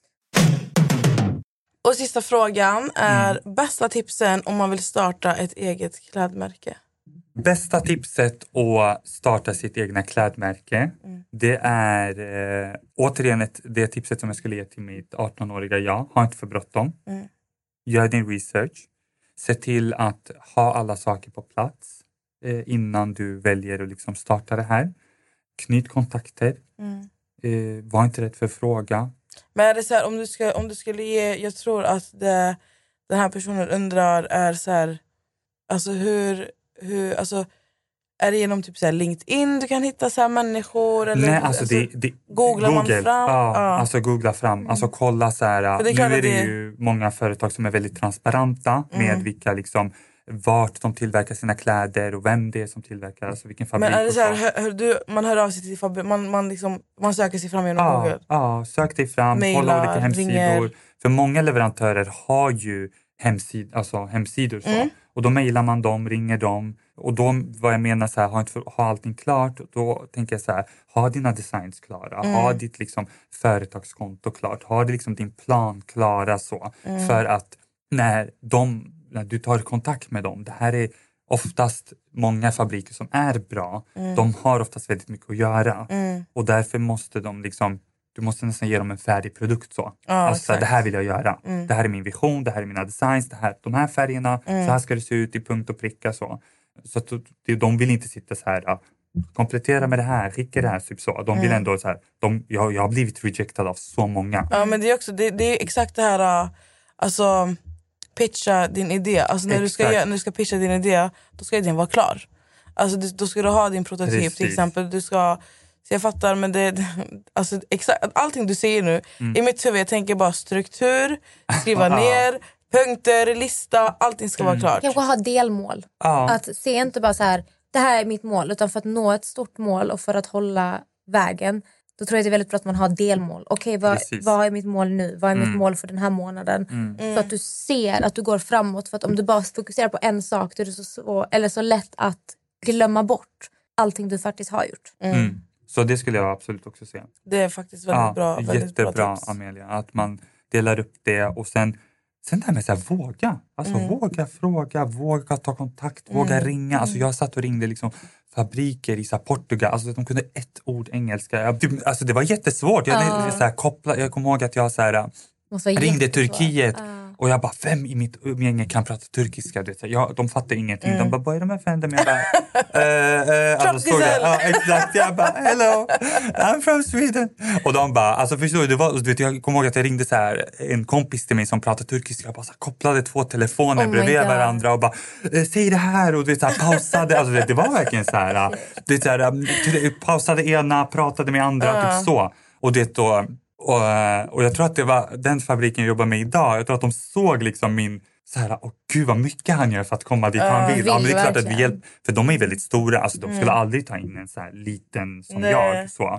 Och sista frågan är mm. bästa tipsen om man vill starta ett eget klädmärke. Bästa tipset att starta sitt egna klädmärke, Mm. det är eh, återigen ett, det tipset som jag skulle ge till mitt arton-åriga jag. Ha inte för bråttom. Mm. Gör din research. Se till att ha alla saker på plats eh, innan du väljer att liksom starta det här. Knyt kontakter. Mm. Eh, var inte rädd för att fråga. Men är det så här, om du, ska, om du skulle ge, jag tror att det, den här personen undrar är så här, alltså hur, hur alltså, är det genom typ så här LinkedIn du kan hitta så här människor? Eller, Nej, alltså, det, det, googlar man Google, fram? Ja, Ja. alltså googla fram. Mm. Alltså kolla så här. För det är Nu klart är att det det- ju många företag som är väldigt transparenta med Mm. vilka liksom, vart de tillverkar sina kläder och vem det är som tillverkar, alltså vilken fabrik. Men är det och så här, så. hör, hör du, man hör av sig till fabrik, man, man, liksom, man söker sig fram genom Ja, Google? ja, sök dig fram, Mailar, kolla olika hemsidor. ringer. För många leverantörer har ju hemsid, alltså hemsidor. Så. Mm. Och då mejlar man dem, ringer dem. Och då, vad jag menar, så här, ha, inte för, ha allting klart. Då tänker jag så här, ha dina designs klara. Mm. Ha ditt liksom, företagskonto klart. Ha liksom, din plan klara. Så. Mm. För att när, de, när du tar kontakt med dem, det här är oftast många fabriker som är bra. Mm. De har oftast väldigt mycket att göra. Mm. Och därför måste de liksom, du måste nästan ge dem en färdig produkt så. Ja, alltså så här, exakt. det här vill jag göra. Mm. Det här är min vision, det här är mina designs, det här, de här färgerna, Mm. så här ska det se ut i punkt och pricka så. Så att det- de vill inte sitta så här, ja, komplettera med det här, skicka det här, typ så. De vill Mm. ändå så här, de, jag, jag har blivit rejectad av så många. Ja, men det är också det, det är exakt det här, äh, alltså pitcha din idé. Alltså när du ska Exakt. göra- när du ska pitcha din idé, då ska idén vara klar. Alltså du, då ska du ha din prototyp. Precis. Till exempel. Du ska, så jag fattar, men det, det alltså exakt allting du säger nu Mm. i mitt huvud, jag tänker bara struktur, skriva ner, punkter, lista, allting ska vara klart. Kanske ha delmål. Ja. Att se inte bara så här, det här är mitt mål, utan för att nå ett stort mål och för att hålla vägen, då tror jag det är väldigt bra att man har delmål. Okej, vad, Precis. vad är mitt mål nu? Vad är mitt Mm. mål för den här månaden? Mm. Så att du ser att du går framåt. För att om du bara fokuserar på en sak, då är det så, så, eller så lätt att glömma bort allting du faktiskt har gjort. Mm. Mm. Så det skulle jag absolut också säga. Det är faktiskt väldigt Ja, bra. Väldigt jättebra bra tips. Amelia, att man delar upp det och sen Sen det här med så här, våga, alltså Mm. våga fråga, våga ta kontakt, våga Mm. ringa. Alltså jag satt och ringde liksom fabriker i så här, Portugal, alltså de kunde ett ord engelska. Jag, typ, alltså det var jättesvårt. Jag, Ja. så här, koppla, jag kommer ihåg att jag så här, Måste vara ringde jättesvårt. Turkiet Ja. och jag bara, vem i mitt umgänge kan prata turkiska? Du vet, så här, jag, de fattar ingenting. Mm. De bara, vad är de här för händer? Men jag bara, eh, eh, alltså, stod jag, ja, exakt. Jag bara, hello, I'm from Sweden. Och de bara, alltså förstår du, det var, du vet, jag kommer ihåg att jag ringde så här, en kompis till mig som pratade turkiska. Jag bara så här, kopplade två telefoner Oh my bredvid God. varandra och bara, eh, säg det här. Och du vet, så här, pausade. Alltså, du vet, det var verkligen så här, du vet, så här eh, pausade ena, pratade med andra, Ja. typ så. Och det då... Och, och jag tror att det var den fabriken jag jobbar med idag. Jag tror att de såg liksom min så här, åh gud vad mycket han gör för att komma dit Ja, han vill. vill Ja, men det är klart att vi verkligen. hjälper, för de är väldigt stora. Alltså de skulle Mm. aldrig ta in en så här liten som Nej. jag. Så.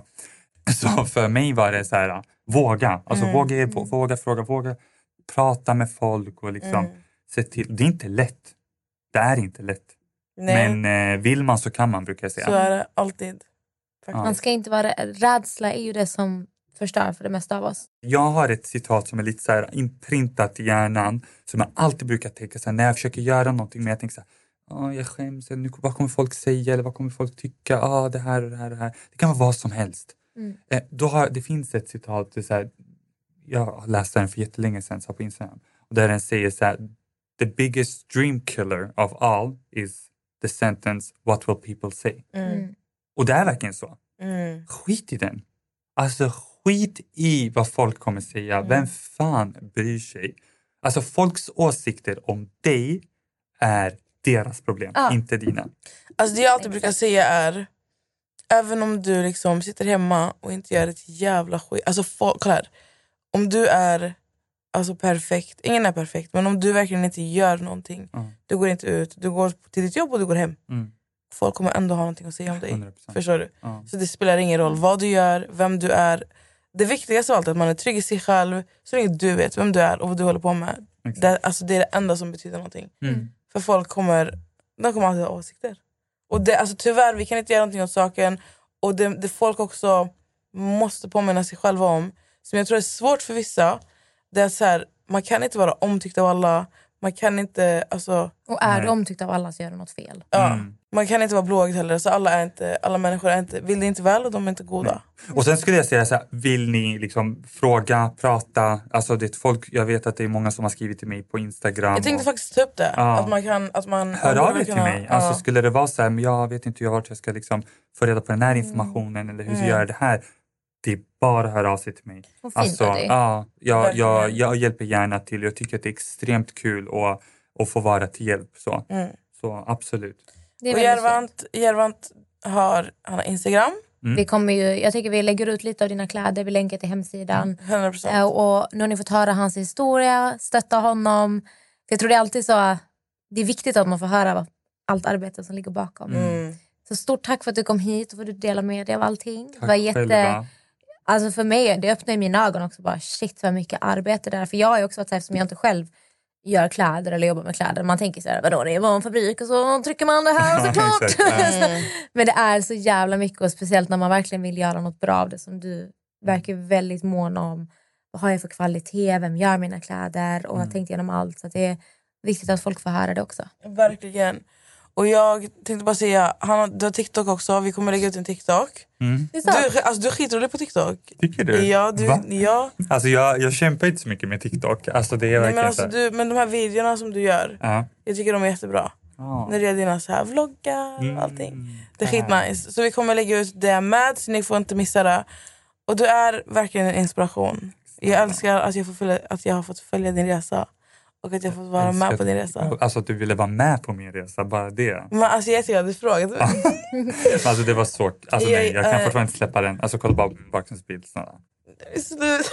så för mig var det så här, våga. Alltså Mm. våga, våga, våga fråga, våga prata med folk och liksom Mm. se till. Det är inte lätt. Det är inte lätt. Nej, Men eh, vill man så kan man, brukar jag säga. så är det alltid. Ja. Man ska inte vara rädsla är ju det som förstör för det mesta av oss. Jag har ett citat som är lite så här inprintat i hjärnan som jag alltid brukar tänka så här, när jag försöker göra någonting, men jag tänker så här, ah, jag skäms, eller nu, vad kommer folk säga eller vad kommer folk tycka, ah, det här och det här och det här. Det kan vara vad som helst. Mm. Eh, då har, det finns ett citat, det är så här, jag läste den för jättelänge sedan så på Instagram. Och där den säger så här: the biggest dream killer of all is the sentence what will people say. Mm. Och det är verkligen så. Mm. Skit i den. Alltså skit i vad folk kommer säga. Mm. Vem fan bryr sig? Alltså folks åsikter om dig är deras problem, Ah. inte dina. Alltså det jag alltid brukar säga är, även om du liksom sitter hemma och inte gör ett jävla skit. Alltså folk, kolla här. Om du är alltså perfekt, ingen är perfekt, men om du verkligen inte gör någonting, Mm. du går inte ut, du går till ditt jobb och du går hem. Mm. Folk kommer ändå ha någonting att säga om dig. hundra procent. Förstår du? Ja. Så det spelar ingen roll vad du gör, vem du är. Det viktigaste av allt är att man är trygg i sig själv, så länge du vet vem du är och vad du håller på med. Exakt. Det, alltså det är det enda som betyder någonting. Mm. För folk kommer, de kommer alltid ha åsikter. Och det, alltså tyvärr, vi kan inte göra någonting åt saken. Och det, det folk också måste påminna sig själva om, som jag tror är svårt för vissa, det är så här, man kan inte vara omtyckt av alla. Man kan inte, alltså, Och är Nej. du omtyckt av alla så gör du något fel. ja, Mm. man kan inte vara blåögd heller. Så alla, är inte, alla människor är inte, vill det inte väl och de är inte goda. Och sen skulle jag säga så här, vill ni liksom fråga, prata, alltså det är folk, jag vet att det är många som har skrivit till mig på Instagram. Jag tänkte och, faktiskt ta upp det. Ja. Att man kan, att man, hör man av borde er till kunna- mig. ja. Alltså skulle det vara så här, men jag vet inte vart jag ska liksom få reda på den här informationen eller hur Mm. jag gör det här. Det är bara att höra av sig till mig. Och fint Alltså, av dig. ja, jag, Verkligen. jag, jag hjälper gärna till. Jag tycker att det är extremt kul att, att få vara till hjälp. Så, Mm. så absolut. Det är Och väldigt fint. Järvant, Järvant har, han har Instagram, Vi kommer ju, jag tycker vi lägger ut lite av dina kläder, vi länkar till hemsidan. hundra procent. Eh, och nu har ni fått höra hans historia, stötta honom. För jag tror det är alltid så, det är viktigt att man får höra vad, allt arbete som ligger bakom. Mm. Så stort tack för att du kom hit och för att du delar med dig av allting. Tack det var jätte, själva. alltså för mig, det öppnar mina ögon också. Bara, shit vad mycket arbete där. För jag har ju också varit så här, eftersom jag inte själv gör kläder eller jobbar med kläder. Man tänker så här, vadå, det är bara en fabrik och så trycker man det här såklart. Exakt, ja. Men det är så jävla mycket, och speciellt när man verkligen vill göra något bra av det, som du verkar väldigt mån om. Vad har jag för kvalitet? Vem gör mina kläder? Och jag har tänkt igenom allt. Så att det är viktigt att folk får höra det också. Verkligen. Och jag tänkte bara säga, han har, du har TikTok också, vi kommer lägga ut en TikTok. Mm. Det är så. Du, alltså, du är skitrolig på TikTok. Tycker du? Ja, du, Va? ja. Alltså jag, jag kämpar inte så mycket med TikTok. Alltså det är Nej, verkligen men, alltså, så här. du, men de här videorna som du gör, Ja. jag tycker de är jättebra. Ja. När det är dina så här vloggar och Mm. allting. Det är skitnice. Så vi kommer lägga ut det med, så ni får inte missa det. Och du är verkligen en inspiration. Jag älskar att jag, får följa, att jag har fått följa din resa. Och att jag har fått vara Älskar med på din resa. Alltså att du ville vara med på min resa, bara det. Men alltså jag är jätteglad att du frågade mig. Alltså det var så, alltså Jag- nej, jag kan eh, fortfarande inte släppa den. Alltså kolla bara på min bakgrundsbild snälla. Slut.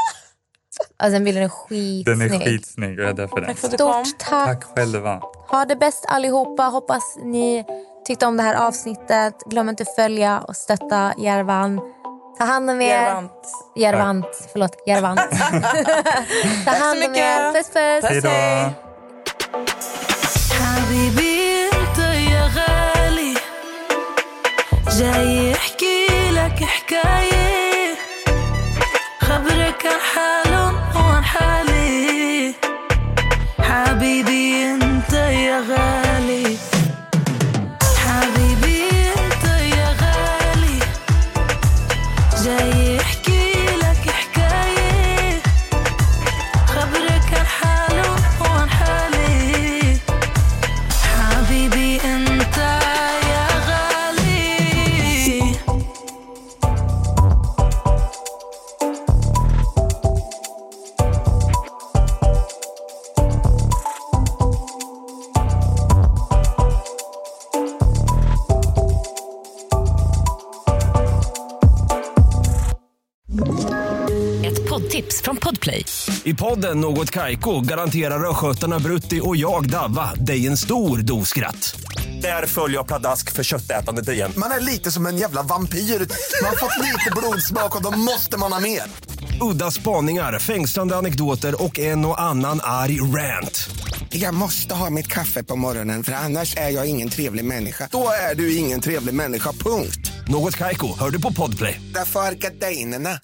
Alltså den bilden är skitsnygg. Den är skitsnygg och jag är där för den. Tack för att du kom. Stort tack. Tack själva. Ha det bäst allihopa. Hoppas ni tyckte om det här avsnittet. Glöm inte följa och stötta Järvan. Ta hand om er. Järvant. Järvant. Förlåt, Järvant. Ta hand om er. mycket. Puss, puss. Hej då. حبيبي انت يا غالي جاي احكي لك حكاية خبرك عن حالهم وعن حالي حبيبي انت يا غالي حبيبي انت يا غالي جاي احكي لك حكاية خبرك عن حالهم وعن حالي حبيبي انت يا غالي Ett poddtips från Podplay. I podden Något Kaiko garanterar östgötarna Brutti och jag Davva dig en stor dos skratt. Där följer jag pladask för köttätandet igen. Man är lite som en jävla vampyr. Man har fått lite blodsmak och då måste man ha mer. Udda spaningar, fängslande anekdoter och en och annan arg rant. Jag måste ha mitt kaffe på morgonen, för annars är jag ingen trevlig människa. Då är du ingen trevlig människa, punkt. Något Kaiko, hör du på Podplay. Därför är gardinerna.